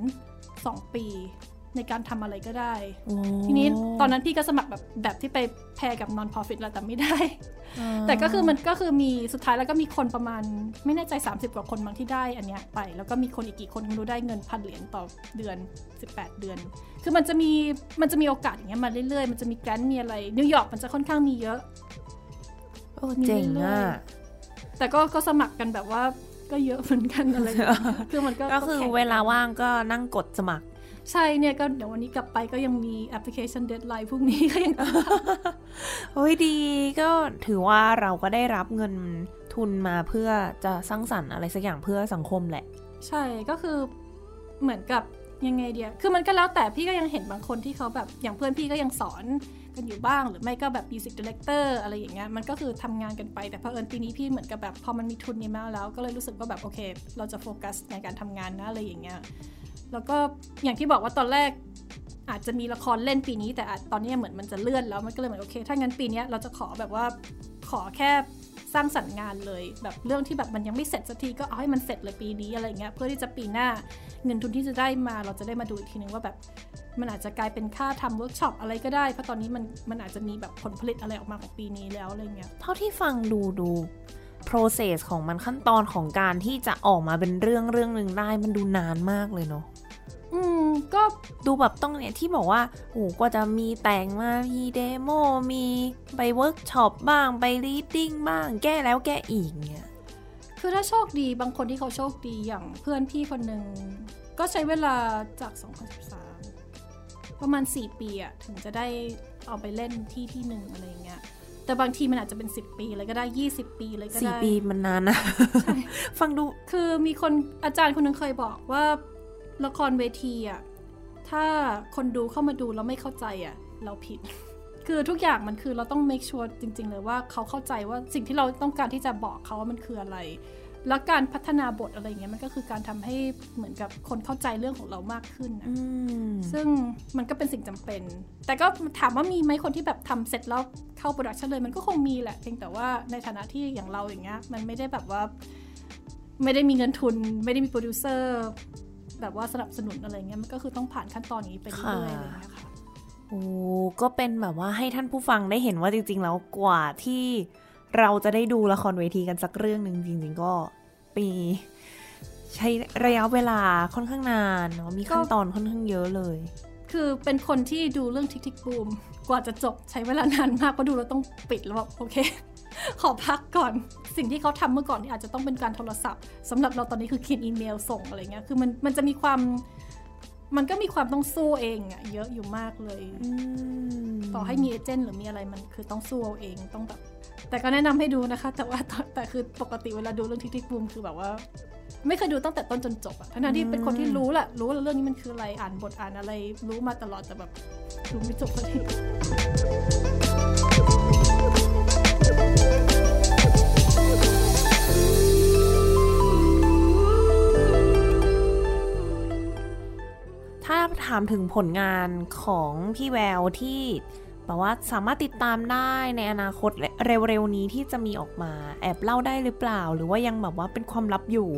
2 ปีในการทำอะไรก็ได้ทีนี้ตอนนั้นพี่ก็สมัครแบบที่ไปแพรกับ non-profit แล้วแต่ไม่ได้แต่ก็คือมันก็คือมีสุดท้ายแล้วก็มีคนประมาณไม่แน่ใจ30 กว่าคนบางที่ได้อันเนี้ยไปแล้วก็มีคนอีกกี่คนไม่รู้ได้เงิน1,000 เหรียญต่อเดือน18 เดือนคือมันจะมีโอกาสอย่างเงี้ยมาเรื่อยๆมันจะมีแกรนท์มีอะไรนิวยอร์กมันจะค่อนข้างมีเยอะเจ๋งอ่ะแต่ก็สมัครกันแบบว่าก็เยอะเหมือนกันอะไรคือมันก็คือเวลาว่างก็นั่งกดสมัครใช่เนี่ยก็เดี๋ยววันนี้กลับไปก็ยังมีแอปพลิเคชัน Deadline พวกนี้ก็ยังโอ้ยดีก็ถือว่าเราก็ได้รับเงินทุนมาเพื่อจะสร้างสรรค์อะไรสักอย่างเพื่อสังคมแหละใช่ก็คือเหมือนกับยังไงเดียคือมันก็แล้วแต่พี่ก็ยังเห็นบางคนที่เขาแบบอย่างเพื่อนพี่ก็ยังสอนกันอยู่บ้างหรือไม่ก็แบบ Music Director อะไรอย่างเงี้ยมันก็คือทำงานกันไปแต่เผอิญปีนี้พี่เหมือนกับแบบพอมันมีทุนนี้มาแล้วก็เลยรู้สึกว่าแบบโอเคเราจะโฟกัสในการทำงานนะอะไรอย่างเงี้ยแล้วก็อย่างที่บอกว่าตอนแรกอาจจะมีละครเล่นปีนี้แต่ตอนนี้เหมือนมันจะเลื่อนแล้วมันก็เลยเหมือนโอเคถ้างั้นปีนี้เราจะขอแบบว่าขอแค่สร้างสรรค์งานเลยแบบเรื่องที่แบบมันยังไม่เสร็จสักทีก็เอาให้มันเสร็จเลยปีนี้อะไรเงี้ยเพื่อที่จะปีหน้าเงินทุนที่จะได้มาเราจะได้มาดูอีกทีนึงว่าแบบมันอาจจะกลายเป็นค่าทำเวิร์กช็อปอะไรก็ได้เพราะตอนนี้มันอาจจะมีแบบผลผลิตอะไรออกมาของปีนี้แล้วอะไรเงี้ยเท่าที่ฟังดู process ของมันขั้นตอนของการที่จะออกมาเป็นเรื่องนึงได้มันดูนานมากเลยเนาะก็ดูแบบต้องเนี่ยที่บอกว่าโอ้ก็จะมีแต่งมามีเดโมมีไปเวิร์กช็อปบ้างไปรีดดิ้งบ้างแก้แล้วแก้อีกเนี่ยคือถ้าโชคดีบางคนที่เขาโชคดีอย่างเพื่อนพี่คนหนึ่งก็ใช้เวลาจาก2013ประมาณ4 ปีอะถึงจะได้เอาไปเล่นที่หนึ่งอะไรเงี้ยแต่บางทีมันอาจจะเป็น10 ปีเลยก็ได้20 ปีเลยก็ได้ 4 ปีมันนานนะ ฟังดูคือมีคนอาจารย์คนนึงเคยบอกว่าละครเวทีอะถ้าคนดูเข้ามาดูแล้วไม่เข้าใจอะเราผิดคือทุกอย่างมันคือเราต้อง make sure จริงๆเลยว่าเขาเข้าใจว่าสิ่งที่เราต้องการที่จะบอกเขาว่ามันคืออะไรแล้วการพัฒนาบทอะไรเงี้ยมันก็คือการทำให้เหมือนกับคนเข้าใจเรื่องของเรามากขึ้นนะซึ่งมันก็เป็นสิ่งจำเป็นแต่ก็ถามว่ามีไหมคนที่แบบทำเสร็จแล้วเข้าโปรดักชันเลยมันก็คงมีแหละเพียงแต่ว่าในฐานะที่อย่างเราอย่างเงี้ยมันไม่ได้แบบว่าไม่ได้มีเงินทุนไม่ได้มีโปรดิวเซอร์แบบว่าสนับสนุนอะไรเงี้ยมันก็คือต้องผ่านขั้นตอนนี้ไปเรื่อยๆอะไรเงี้ยค่ะโอ้ก็เป็นแบบว่าให้ท่านผู้ฟังได้เห็นว่าจริงๆแล้วกว่าที่เราจะได้ดูละครเวทีกันสักเรื่องนึงจริงๆก็ปีใช้ระยะเวลาค่อนข้างนานเนาะมีขั้นตอนค่อนข้างเยอะเลยคือเป็นคนที่ดูเรื่องทิกทิกบูมกว่าจะจบใช้เวลานานมากเพราะดูแล้วต้องปิดแล้วแบบโอเคขอพักก่อนสิ่งที่เขาทำเมื่อก่อนนี่อาจจะต้องเป็นการโทรศัพท์สำหรับเราตอนนี้คือเขียนอีเมลส่งอะไรเงี้ยคือมันจะมีความมันก็มีความต้องสู้เองอะเยอะอยู่มากเลยต่อให้มีเอเจนต์หรือมีอะไรมันคือต้องสู้เอาเองต้องแบบแต่ก็แนะนำให้ดูนะคะแต่คือปกติเวลาดูเรื่องทิกทิกบูมคือแบบว่าไม่เคยดูตั้งแต่ต้นจนจบอะทั้งที่เป็นคนที่รู้เรื่องนี้มันคืออะไรอ่านบทอ่านอะไรรู้มาตลอดแต่แบบดูไม่จบสักทีถ้าถามถึงผลงานของพี่แววที่แบบว่าสามารถติดตามได้ในอนาคตเร็วๆนี้ที่จะมีออกมาแอบเล่าได้หรือเปล่าหรือว่ายังแบบว่าเป็นความลับอยู่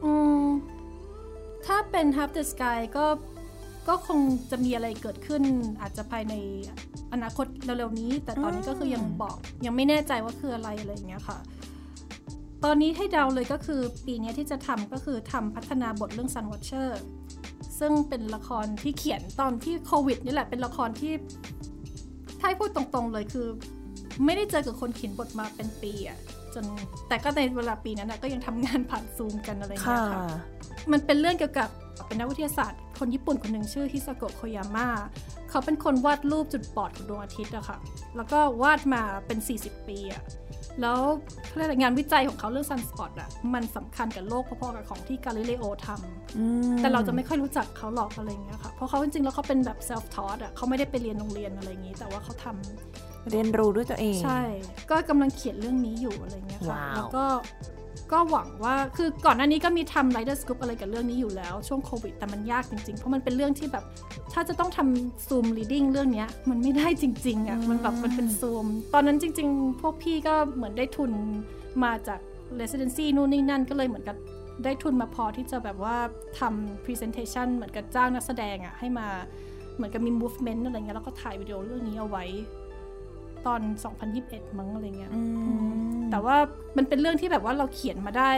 ถ้าเป็น Half the Sky ก็คงจะมีอะไรเกิดขึ้นอาจจะภายในอนาคตเร็วๆนี้แต่ตอนนี้ก็คือยังไม่แน่ใจว่าคืออะไรอย่างเงี้ยค่ะตอนนี้ให้เดาเลยก็คือปีนี้ที่จะทำก็คือทำพัฒนาบทเรื่อง Sun Watcher ซึ่งเป็นละครที่เขียนตอนที่โควิดนี่แหละเป็นละครที่ถ้าให้พูดตรงๆเลยคือไม่ได้เจอกับคนเขียนบทมาเป็นปีอะจนแต่ก็ในเวลาปีนั้นก็ยังทำงานผ่านซูมกันอะไรอย่างเงี้ยค่ะมันเป็นเรื่องเกี่ยวกับเป็นนักวิทยาศาสตร์คนญี่ปุ่นคนหนึ่งชื่อฮิซาโกะโคยาม่าเขาเป็นคนวาดรูปจุดบอดของดวงอาทิตย์อะค่ะแล้วก็วาดมาเป็น40ปีอะแล้วงานวิจัยของเขาเรื่อง Sunspot อะมันสำคัญกับโลกพอๆกับของที่กาลิเลโอทำแต่เราจะไม่ค่อยรู้จักเขาหรอกอะไรเงี้ยค่ะเพราะเขาจริงๆแล้วเขาเป็นแบบ self taught อะเขาไม่ได้ไปเรียนโรงเรียนอะไรอย่างงี้แต่ว่าเขาทำเรียนรู้ด้วยตัวเองใช่ก็กำลังเขียนเรื่องนี้อยู่อะไรเงี้ยค่ะแล้วก็หวังว่าคือก่อนหน้านี้ก็มีทำ Writer's Group อะไรกับเรื่องนี้อยู่แล้วช่วงโควิดแต่มันยากจริงๆเพราะมันเป็นเรื่องที่แบบถ้าจะต้องทำ Zoom Reading เรื่องนี้มันไม่ได้จริงๆอ่ะมันแบบมันเป็น Zoom ตอนนั้นจริงๆพวกพี่ก็เหมือนได้ทุนมาจาก Residency นู่นนี่นั่นก็เลยเหมือนกับได้ทุนมาพอที่จะแบบว่าทำ Presentation เหมือนกับจ้างนักแสดงอ่ะให้มาเหมือนกับมี Movement อะไรเงี้ยแล้วก็ถ่ายวิดีโอเรื่องนี้เอาไว้ตอน2021มั้งอะไรเงี้ยแต่ว่ามันเป็นเรื่องที่แบบว่าเราเขียนมาได้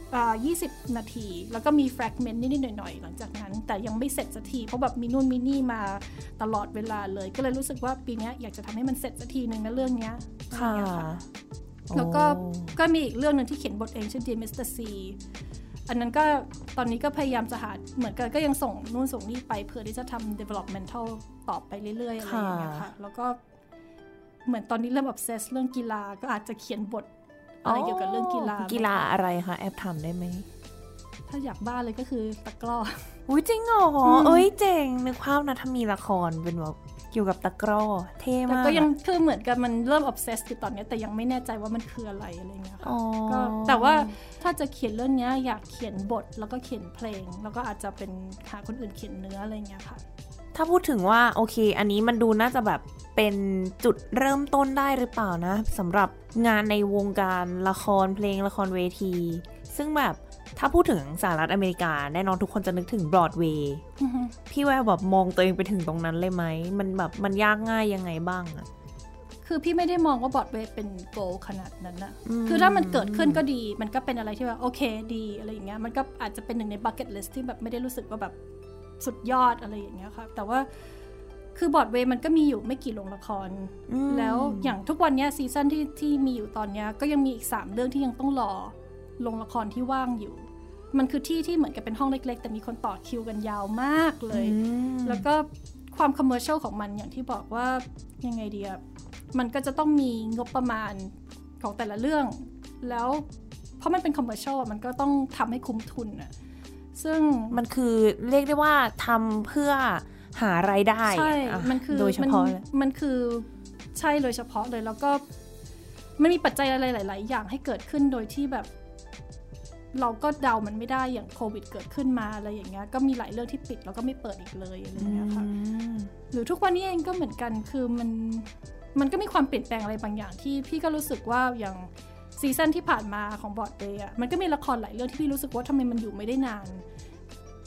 20นาทีแล้วก็มีแฟรกเมนต์นิดๆหน่อยๆหลังจากนั้นแต่ยังไม่เสร็จสักทีเพราะแบบมีนู่นมีนี่มาตลอดเวลาเลยก็เลยรู้สึกว่าปีนี้อยากจะทำให้มันเสร็จสักทีนึงนะเรื่องนี้ค่ะแล้วก็มีอีกเรื่องนึงที่เขียนบทเองชื่อ Dear Mr. C อันนั้นก็ตอนนี้ก็พยายามจะหาเหมือนกันก็ยังส่งนู่นส่งนี่ไปเพื่อที่จะทำ developmental ต่อไปเรื่อยๆอะไรอย่างเงี้ยค่ะแล้วก็เหมือนตอนนี้เริ่มobsessเรื่องกีฬาก็อาจจะเขียนบทอะไรเกี่ยวกับเรื่องกีฬาอะไรคะแอบทำได้ไหมถ้าอยากบ้าเลยก็คือตะกร้ออุ้ยจริงเหรอเอ้ยเจ๋งนึกภาพนะถ้ามีละครเป็นแบบเกี่ยวกับตะกร้อเท่มากแต่ก็ยังคือเหมือนกันมันเริ่มobsessอยู่ตอนนี้แต่ยังไม่แน่ใจว่ามันคืออะไรเงี้ยค่ะก็แต่ว่าถ้าจะเขียนเรื่องนี้อยากเขียนบทแล้วก็เขียนเพลงแล้วก็อาจจะเป็นหาคนอื่นเขียนเนื้ออะไรเงี้ยค่ะถ้าพูดถึงว่าโอเคอันนี้มันดูน่าจะแบบเป็นจุดเริ่มต้นได้หรือเปล่านะสำหรับงานในวงการละครเพลงละครเวทีซึ่งแบบถ้าพูดถึงสหรัฐอเมริกาแน่นอนทุกคนจะนึกถึงบรอดเวย์พี่แววแบบมองตัวเองไปถึงตรงนั้นเลยไหมมันแบบมันยากง่ายยังไงบ้างอะคือพี่ไม่ได้มองว่าบรอดเวย์เป็นโกลขนาดนั้นนะคือถ้ามันเกิดขึ้นก็ดีมันก็เป็นอะไรที่ว่าโอเคดีอะไรอย่างเงี้ยมันก็อาจจะเป็นหนึ่งในบัคเก็ตลิสต์ที่แบบไม่ได้รู้สึกว่าแบบสุดยอดอะไรอย่างเงี้ยค่ะแต่ว่าคือบรอดเวย์มันก็มีอยู่ไม่กี่โรงละครแล้วอย่างทุกวันนี้ซีซั่นที่มีอยู่ตอนนี้ก็ยังมีอีก3เรื่องที่ยังต้องรอโรงละครที่ว่างอยู่มันคือที่เหมือนกับเป็นห้องเล็กๆแต่มีคนต่อคิวกันยาวมากเลยแล้วก็ความคอมเมอร์เชียลของมันอย่างที่บอกว่ายังไงดีอะมันก็จะต้องมีงบประมาณของแต่ละเรื่องแล้วเพราะมันเป็นคอมเมอร์เชียลมันก็ต้องทำให้คุ้มทุนอะซึ่งมันคือเรียกได้ว่าทำเพื่อหารายได้ใช่มันคือโดยเฉพาะมันคือใช่โดยเฉพาะเลยแล้วก็ไม่มีปัจจัยอะไรหลายๆอย่างให้เกิดขึ้นโดยที่แบบเราก็เดามันไม่ได้อย่างโควิดเกิดขึ้นมาอะไรอย่างเงี้ยก็มีหลายเรื่องที่ปิดแล้วก็ไม่เปิดอีกเลยอะไรอย่างเงี้ยค่ะหรือทุกวันนี้เองก็เหมือนกันคือมันก็มีความเปลี่ยนแปลงอะไรบางอย่างที่พี่ก็รู้สึกว่าอย่างซีซั่นที่ผ่านมาของบรอดเวย์อ่ะมันก็มีละครหลายเรื่องที่พี่รู้สึกว่าทำไมมันอยู่ไม่ได้นาน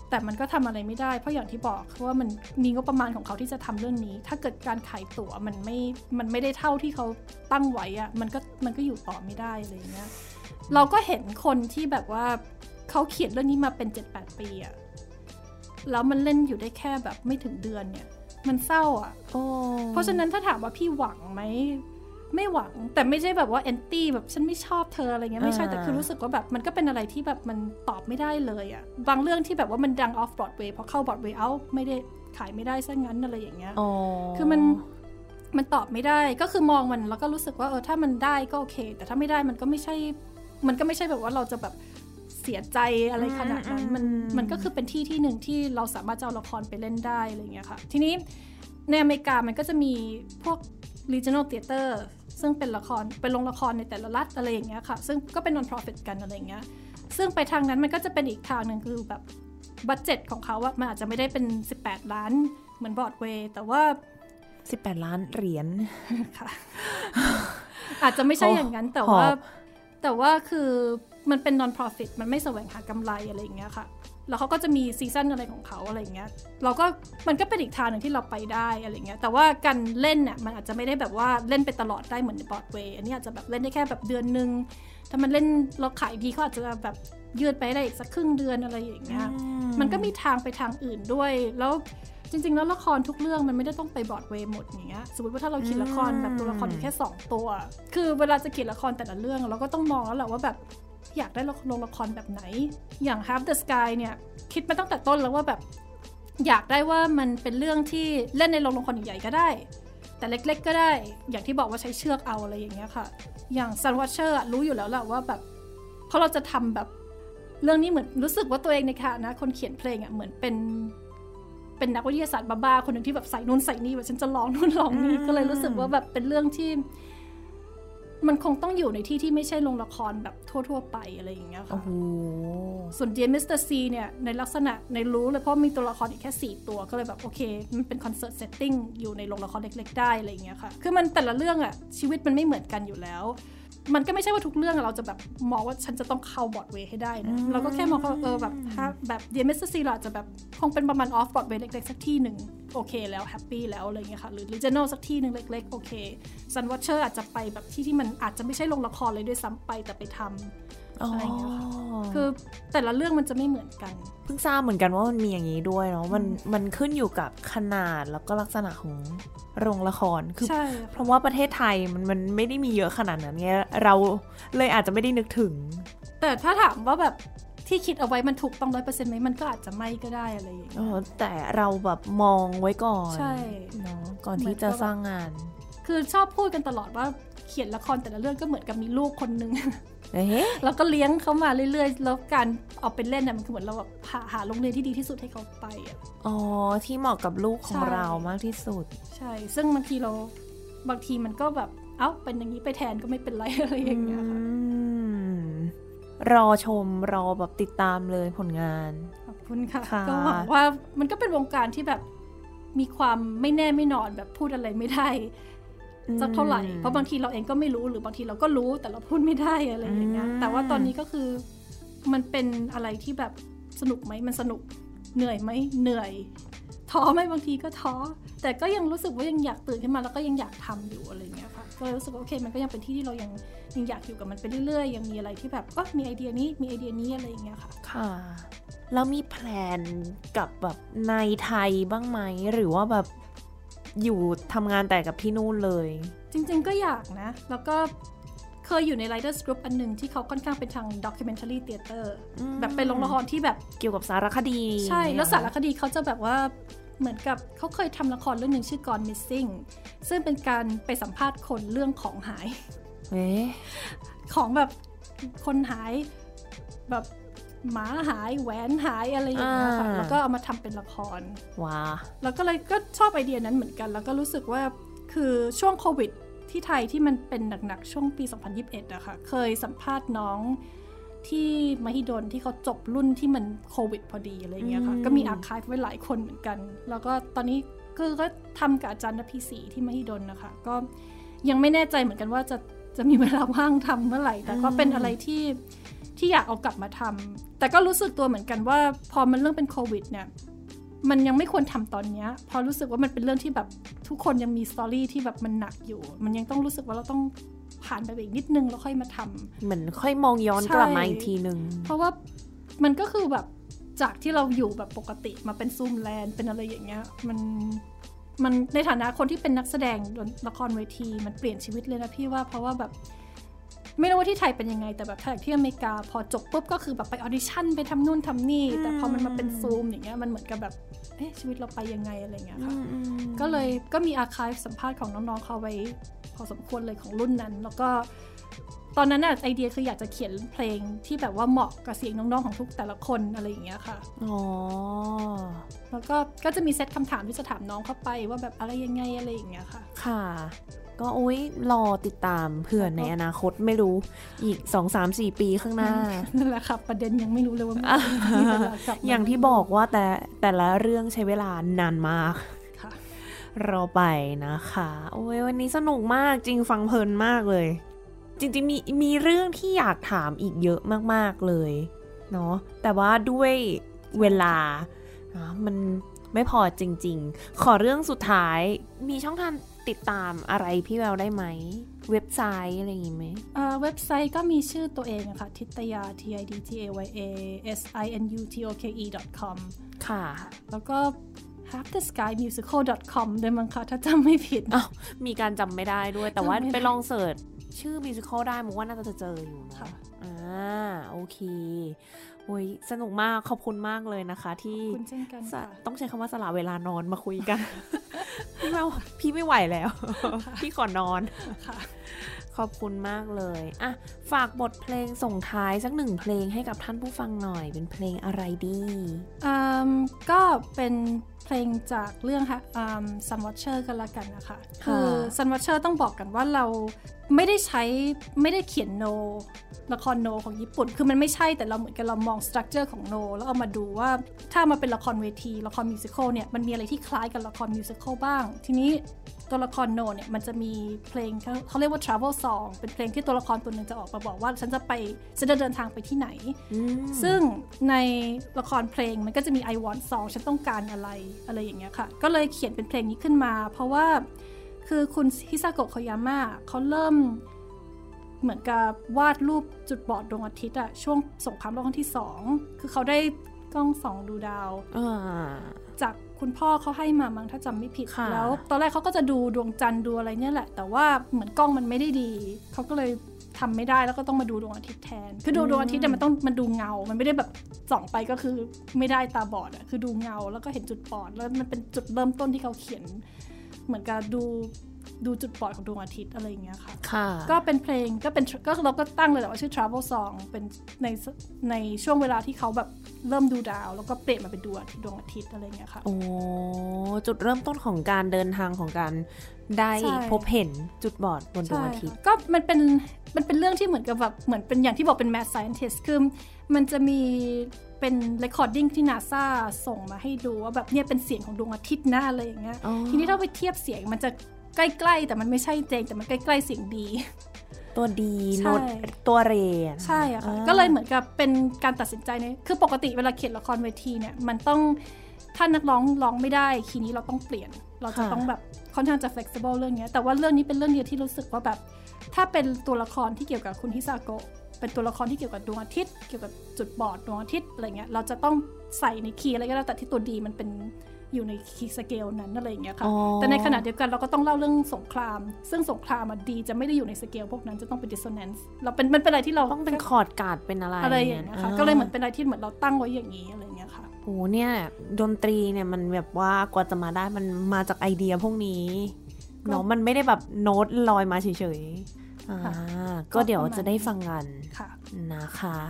แต่มันก็ทำอะไรไม่ได้เพราะอย่างที่บอกว่ามันมีงบประมาณของเขาที่จะทำเรื่องนี้ถ้าเกิดการขายตั๋วมันไม่ได้เท่าที่เขาตั้งไว้อะมันก็อยู่ต่อไม่ได้อะไรอย่างเงี้ยเราก็เห็นคนที่แบบว่าเขาเขียนเรื่องนี้มาเป็น 7-8 ปีอะแล้วมันเล่นอยู่ได้แค่แบบไม่ถึงเดือนเนี่ยมันเศร้าอะเพราะฉะนั้นถ้าถามว่าพี่หวังไหมไม่หวังแต่ไม่ใช่แบบว่าแอนตี้แบบฉันไม่ชอบเธออะไรเงี้ยไม่ใช่แต่คือรู้สึกว่าแบบมันก็เป็นอะไรที่แบบมันตอบไม่ได้เลยอะบางเรื่องที่แบบว่ามันดังออฟบรอดเวย์พอเข้าบรอดเวย์เอ้าไม่ได้ขายไม่ได้ซะงั้นอะไรอย่างเงี้ยคือมันตอบไม่ได้ก็คือมองมันแล้วก็รู้สึกว่าถ้ามันได้ก็โอเคแต่ถ้าไม่ได้มันก็ไม่ใช่แบบว่าเราจะแบบเสียใจอะไรขนาดนั้นมันก็คือเป็นที่หนึ่งที่เราสามารถจะเอาละครไปเล่นได้อะไรอย่างเงี้ยค่ะทีนี้ในอเมริกามันก็จะมีพวก regional theater ซึ่งเป็นละครเป็นโรงละครในแต่ละรัฐอะไรอย่างเงี้ยค่ะซึ่งก็เป็น non-profit กันอะไรอย่างเงี้ยซึ่งไปทางนั้นมันก็จะเป็นอีกทางนึงคือแบบบัดเจ็ตของเขาอะมันอาจจะไม่ได้เป็น18ล้านเหมือนบรอดเวย์แต่ว่า 18ล้านเหรียญค่ะอาจจะไม่ใช่อย่างนั้นแต่ว่าคือมันเป็น non-profit มันไม่แสวงหากำไรอะไรอย่างเงี้ยค่ะแล้วเขาก็จะมีซีซั่นอะไรของเขาอะไรอย่างเงี้ยมันก็เป็นอีกทางหนึ่งที่เราไปได้อะไรเงี้ยแต่ว่าการเล่นเนี่ยมันอาจจะไม่ได้แบบว่าเล่นไปตลอดได้เหมือนในบรอดเวย์อันนี้อาจจะแบบเล่นได้แค่แบบเดือนนึงถ้ามันเล่นเราขายดีเขาอาจจะแบบยืดไปได้อีกสักครึ่งเดือนอะไรอย่างเงี้ยมันก็มีทางไปทางอื่นด้วยแล้วจริงๆแล้วละครทุกเรื่องมันไม่ได้ต้องไปบรอดเวย์หมดอย่างเงี้ยสมมติว่าถ้าเราเขียนละครแบบตัวละครอยู่แค่2ตัวคือเวลาจะเขียนละครแต่ละเรื่องเราก็ต้องมองแล้วแหละว่าแบบอยากได้โรงละครแบบไหนอย่าง Half the Sky เนี่ยคิดมาตั้งแต่ต้นแล้วว่าแบบอยากได้ว่ามันเป็นเรื่องที่เล่นในโรงละครใหญ่ๆก็ได้แต่เล็กๆก็ได้อย่างที่บอกว่าใช้เชือกเอาอะไรอย่างเงี้ยค่ะอย่าง Sun Watcher รู้อยู่แล้วแหละว่าแบบเพราะเราจะทำแบบเรื่องนี้เหมือนรู้สึกว่าตัวเองในค่ะนะคนเขียนเพลงเหมือนเป็นนักวิทยาศาสตร์บ้าๆคนหนึ่งที่แบบใส่นู่นใส่นี่แบบฉันจะร้องนู่นร้องนี่ก็เลยรู้สึกว่าแบบเป็นเรื่องที่มันคงต้องอยู่ในที่ที่ไม่ใช่โรงละครแบบทั่วๆไปอะไรอย่างเงี้ยค่ะส่วน Dear Mr. C เนี่ยในลักษณะในรู้เลยเพราะมีตัวละครอีกแค่4ตัวก็เลยแบบโอเคมันเป็นคอนเสิร์ตเซตติ้งอยู่ในโรงละครเล็กๆได้อะไรอย่างเงี้ยค่ะคือมันแต่ละเรื่องชีวิตมันไม่เหมือนกันอยู่แล้วมันก็ไม่ใช่ว่าทุกเรื่องเราจะแบบมองว่าฉันจะต้องเข้าบรอดเวย์ให้ได้นะเราก็แค่มองว่าแบบถ้าแบบ Dear Mr. C เราอาจจะแบบคงเป็นประมาณออฟบรอดเวย์เล็กๆสักที่หนึ่งโอเคแล้วแฮปปี้แล้วอะไรอย่างเงี้ยค่ะหรือ Regional สักที่หนึ่งเล็กๆโอเค Sun Watcher อาจจะไปแบบที่มันอาจจะไม่ใช่โรงละครเลยด้วยซ้ำไปแต่ไปทำอะไรอย่างเงี้ยค่ะคือแต่ละเรื่องมันจะไม่เหมือนกันเพิ่งทราบเหมือนกันว่ามันมีอย่างนี้ด้วยเนาะมันขึ้นอยู่กับขนาดแล้วก็ลักษณะของโรงละครคือเพราะว่าประเทศไทยมันไม่ได้มีเยอะขนาดนั้นไงเราเลยอาจจะไม่ได้นึกถึงแต่ถ้าถามว่าแบบที่คิดเอาไว้มันถูกต้อง 100% ไหมมันก็อาจจะไม่ก็ได้อะไรอย่างเงี้ยแต่เราแบบมองไว้ก่อนใช่เนาะก่อนที่จะสร้างงานคือชอบพูดกันตลอดว่าเขียนละครแต่ละเรื่องก็เหมือนกับมีลูกคนนึงแล้วก็เลี้ยงเขามาเรื่อยๆแล้วการเอาไปเล่นมันคือเหมือนเราแบบหาโรงเรียนที่ดีที่สุดให้เขาไปที่เหมาะกับลูกของเรามากที่สุดใช่ซึ่งบางทีมันก็แบบเป็นอย่างนี้ไปแทนก็ไม่เป็นไรอะไรอย่างเงี้ยค่ะรอชมรอแบบติดตามเลยผลงานขอบคุณค่ะก็หวังว่ามันก็เป็นวงการที่แบบมีความไม่แน่ไม่นอนแบบพูดอะไรไม่ได้สักเท่าไหร่เพราะบางทีเราเองก็ไม่รู้หรือบางทีเราก็รู้แต่เราพูดไม่ได้อะไรอย่างเงี้ยแต่ว่าตอนนี้ก็คือมันเป็นอะไรที่แบบสนุกไหมมันสนุกเหนื่อยไหมเหนื่อยท้อไหมบางทีก็ท้อแต่ก็ยังรู้สึกว่ายังอยากตื่นขึ้นมาแล้วก็ยังอยากทำอยู่อะไรเงี้ยค่ะก็รู้สึกว่าโอเคมันก็ยังเป็นที่ที่เรายังอยากอยู่กับมันไปเรื่อยๆยังมีอะไรที่แบบมีไอเดียนี้มีไอเดียนี้อะไรอย่างเงี้ยค่ะค่ะแล้วมีแพลนกับแบบในไทยบ้างไหมหรือว่าแบบอยู่ทำงานแต่กับที่นู่นเลยจริงๆก็อยากนะแล้วก็เคยอยู่ใน Writers Group อันนึงที่เขาค่อนข้างเป็นทาง documentary theater แบบเป็นโรงละครที่แบบเกี่ยวกับสารคดีใช่แล้วสารคดีเขาจะแบบว่าเหมือนกับเขาเคยทำละครเรื่องนึงชื่อ Gone Missing ซึ่งเป็นการไปสัมภาษณ์คนเรื่องของหายของแบบคนหายแบบหมาหายแหวนหายอะไรอย่างเงี้ยค่ะแล้วก็เอามาทำเป็นละครว้าแล้วก็เลยก็ชอบไอเดียนั้นเหมือนกันแล้วก็รู้สึกว่าคือช่วงโควิดที่ไทยที่มันเป็นหนักๆช่วงปี2021อะค่ะเคยสัมภาษณ์น้องที่มหิดลที่เขาจบรุ่นที่มันโควิดพอดีอะไรเงี้ยค่ะก็มีอาร์ไคฟ์ไว้หลายคนเหมือนกันแล้วก็ตอนนี้ก็ทำกับอาจารย์ณพีศรีที่มหิดลนะคะก็ยังไม่แน่ใจเหมือนกันว่าจะมีเวลาว่างทำเมื่อไหร่แต่ก็เป็นอะไรที่ที่อยากเอากลับมาทำแต่ก็รู้สึกตัวเหมือนกันว่าพอมันเรื่องเป็นโควิดเนี่ยมันยังไม่ควรทำตอนนี้พอรู้สึกว่ามันเป็นเรื่องที่แบบทุกคนยังมีสตอรี่ที่แบบมันหนักอยู่มันยังต้องรู้สึกว่าเราต้องผ่านไปอีกนิดนึงแล้วค่อยมาทำเหมือนค่อยมองย้อนกลับมาอีกทีนึงเพราะว่ามันก็คือแบบจากที่เราอยู่แบบปกติมาเป็นซูมแลนด์เป็นอะไรอย่างเงี้ยมันในฐานะคนที่เป็นนักแสดงละครเวทีมันเปลี่ยนชีวิตเลยนะพี่ว่าเพราะว่าแบบไม่รู้ว่าที่ไทยเป็นยังไงแต่แบบที่อเมริกาพอจบปุ๊บก็คือแบบไปออดิชั่นไปทำนู่นทำนี่แต่พอมันมาเป็นซูมอย่างเงี้ยมันเหมือนกับแบบชีวิตเราไปยังไงอะไรเงี้ยค่ะก็มีอาร์ไคฟ์สัมภาษณ์ของน้องๆเขาไว้พอสมควรเลยของรุ่นนั้นแล้วก็ตอนนั้นน่ะไอเดียคืออยากจะเขียนเพลงที่แบบว่าเหมาะกับเสียงน้องๆของทุกแต่ละคนอะไรอย่างเงี้ยค่ะแล้วก็จะมีเซตคำถามที่จะถามน้องเข้าไปว่าแบบอะไรยังไงอะไรอย่างเงี้ยค่ะค่ะก็รอติดตามเผื่อในอนาคตไม่รู้อีก 2-3-4 ปีข้างหน้านั่นแหละค่ะประเด็นยังไม่รู้เลยว่าอย่างที่บอกว่าแต่ละเรื่องใช้เวลานานมากรอไปนะคะวันนี้สนุกมากจริงฟังเพลินมากเลยจริงๆมีเรื่องที่อยากถามอีกเยอะมากๆเลยเนาะแต่ว่าด้วยเวลามันไม่พอจริงๆขอเรื่องสุดท้ายมีช่องทางติดตามอะไรพี่แววได้ไหมเว็บไซต์อะไรอย่างงี้ไหมเว็บไซต์ก็มีชื่อตัวเองอะค่ะทิตยา tidtaya.sinutoke.com ค่ะแล้วก็ halftheskymusical.com ได้มั้งคะถ้าจำไม่ผิดมีการจำไม่ได้ด้วยแต่ว่าไปลองเสิร์ชชื่อ musical ได้มุกว่าน่าจะเจออยู่นะโอเคสนุกมากขอบคุณมากเลยนะคะที่ต้องใช้คำว่าสละเวลานอนมาคุยกัน พี่ไม่ไหวแล้ว พี่ขอนอนขอบคุณมากเลยฝากบทเพลงส่งท้ายสัก1เพลงให้กับท่านผู้ฟังหน่อยเป็นเพลงอะไรดีก็เป็นเพลงจากเรื่องSun Watcher กันละกันนะคะคือ Sun Watcher ต้องบอกกันว่าเราไม่ได้เขียนโนละครโนของญี่ปุ่นคือมันไม่ใช่แต่เราเหมือนกันเรามองสตรัคเจอร์ของโนแล้วเอามาดูว่าถ้ามาเป็นละครเวทีละครมิวสิคอลเนี่ยมันมีอะไรที่คล้ายกับละครมิวสิคอลบ้างทีนี้ตัวละครโนเนี่ยมันจะมีเพลงเขาเรียกว่า travel song เป็นเพลงที่ตัวละครตัวนึงจะออกมาบอกว่าฉันจะเดินทางไปที่ไหนซึ่งในละครเพลงมันก็จะมี I want song ฉันต้องการอะไรอย่างเงี้ยค่ะก็เลยเขียนเป็นเพลงนี้ขึ้นมาเพราะว่าคือคุณฮิซาโกะ โคยาม่าเขาเริ่มเหมือนกับวาดรูปจุดบอดดวงอาทิตย์ช่วงสงครามโลกครั้งที่2คือเขาได้กล้องส่องดูดาวจากคุณพ่อเขาให้มามั้งถ้าจำไม่ผิดแล้วตอนแรกเขาก็จะดูดวงจันทร์ดูอะไรเนี่ยแหละแต่ว่าเหมือนกล้องมันไม่ได้ดีเขาก็เลยทำไม่ได้แล้วก็ต้องมาดูดวงอาทิตย์แทนคือดูดวงอาทิตย์เนี่ยมันดูเงามันไม่ได้แบบส่องไปก็คือไม่ได้ตาบอดคือดูเงาแล้วก็เห็นจุดบอดแล้วมันเป็นจุดเริ่มต้นที่เขาเขียนเหมือนกับดูจุดบอดของดวงอาทิตย์อะไรอย่างเงี้ยค่ะก็เป็นเพลงก็เราก็ตั้งเลยว่าชื่อ travel song เป็นในช่วงเวลาที่เขาแบบเริ่มดูดาวแล้วก็เปลี่ยนมาเป็นดวงอาทิตย์อะไรอย่างเงี้ยค่ะจุดเริ่มต้นของการเดินทางของการได้พบเห็นจุดบอดบนดวงอาทิตย์ก็มันเป็นเรื่องที่เหมือนกับแบบเหมือนเป็นอย่างที่บอกเป็น mad scientist คือมันจะมีเป็น recording ที่ NASA ส่งมาให้ดูว่าแบบเนี่ยเป็นเสียงของดวงอาทิตย์นะอะไรอย่างเงี้ยทีนี้ถ้าไปเทียบเสียงมันจะใกล้ๆแต่มันไม่ใช่เจงแต่มันใกล้ๆเสียงดีตัวดีโน้ตตัวเรใช่ค่ะก็เลยเหมือนกับเป็นการตัดสินใจคือปกติเวลาเขียนละครเวทีเนี่ยมันต้องถ้านักร้องไม่ได้คีย์นี้เราต้องเปลี่ยนเราจะต้องแบบค่อนข้างจะ flexible เรื่องนี้แต่ว่าเรื่องนี้เป็นเรื่องเดียวที่รู้สึกว่าแบบถ้าเป็นตัวละครที่เกี่ยวกับคุณฮิซาโกะเป็นตัวละครที่เกี่ยวกับดวงอาทิตย์เกี่ยวกับจุดบอดดวงอาทิตย์อะไรเงี้ยเราจะต้องใส่ในคีย์อะไรก็แล้วแต่ที่ตัวดีมันเป็นอยู่ในคีย์สเกลนั้นอะไรอย่างเงี้ยค่ะแต่ในขณะเดียวกันเราก็ต้องเล่าเรื่องสงครามซึ่งสงครามดีจะไม่ได้อยู่ในสเกลพวกนั้นจะต้องเป็น dissonance มันเป็นอะไรที่เราต้องเป็นคอร์ดการ์ดเป็นอะไรอย่างเงี้ยค่ะก็เลยเหมือนเป็นอะไรที่เหมือนเราตั้งไว้อย่างนี้อะไรเงี้ยค่ะโอ้เนี่ยดนตรีเนี่ยมันแบบว่ากว่าจะมาได้มันมาจากไอเดียพวกนี้เนาะมันไม่ได้แบบโน้ตลอยมาเฉยๆก็เดี๋ยวจะได้ฟังกันนะคะ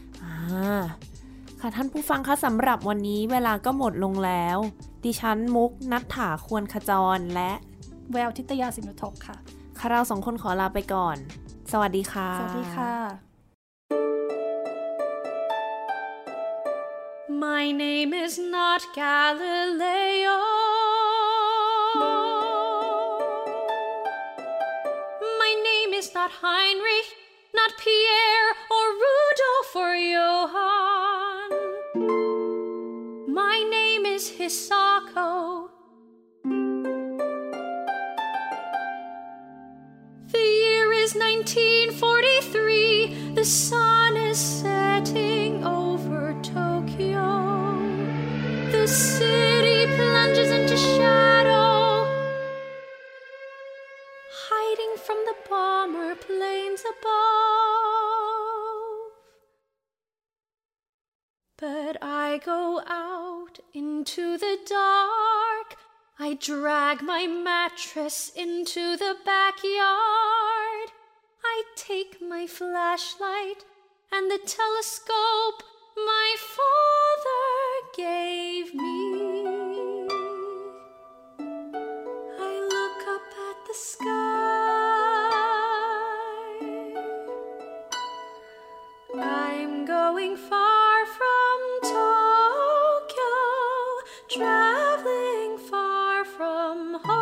ค่ะท่านผู้ฟังคะสำหรับวันนี้เวลาก็หมดลงแล้วดิฉันมุกณัฐฐาควรขจรและแววทิตยาสินุทกค่ะเราสองคนขอลาไปก่อนสวัสดีค่ะสวัสดีค่ะ My name is not Galileo My name is not Heinrich not Pierre or Rudolph for Johann. My name is Hisako. The year is 1943. The sun is setting over Tokyo. The city plunges into shadow, hiding from the bomber planes above. But I go out into the dark. I drag my mattress into the backyard. I take my flashlight and the telescope my father gave me. I look up at the sky. I'm going far from Tokyo, traveling far from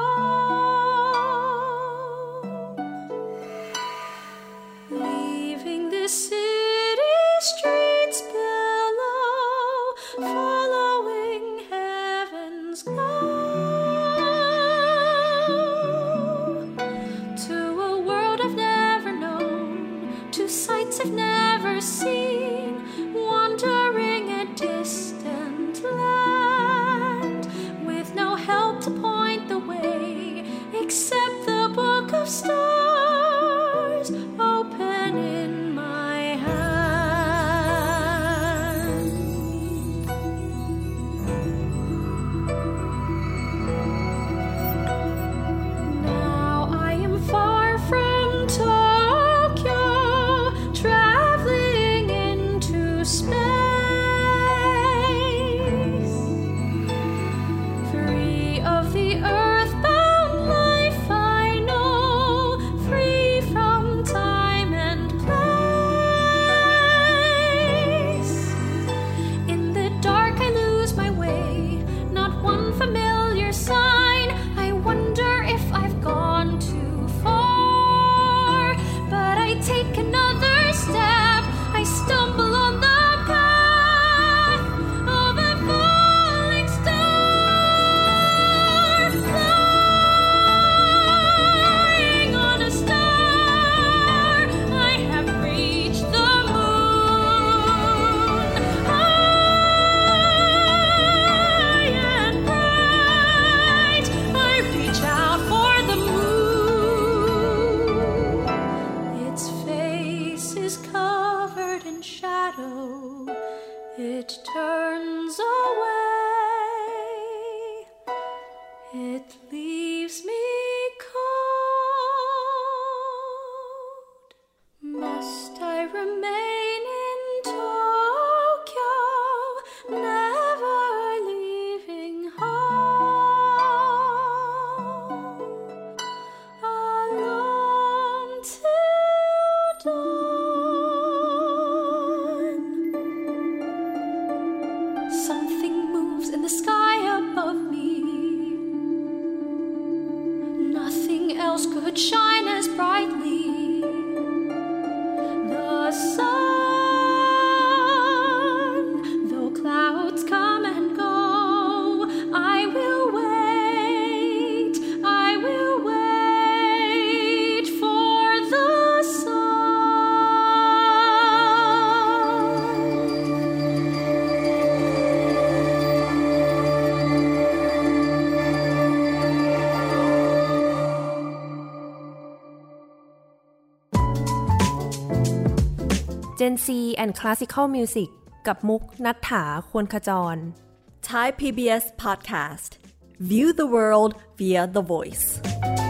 home, leaving the city streets below, following heaven's glow, to a world I've never known, to sights I've never seen, wandering a distant land, with no help to point the way, except the book of stars open in my hand. Now I am far from Tokyo, traveling into space, free of the earthbound life I know, free from time and place. In the dark I lose my way, not one familiar sign. I wonder if I've gone too far, but I take another step. I stumble on the path of a falling star, flying on a star. I have reached the moon, high and bright. I reach out for the moon. Its face is covered in shadow. It turns away. It leaves me cold. Must I remain in Tokyo, never leaving home, alone till dawn? Something moves in the sky above me. Nothing else could shine as brightly. The sun, though clouds come and go, I will wait for the sun. Gen Z and Classical Music กับมุกณัฐฐา ควรขจร Thai PBS Podcast. View the world via the voice.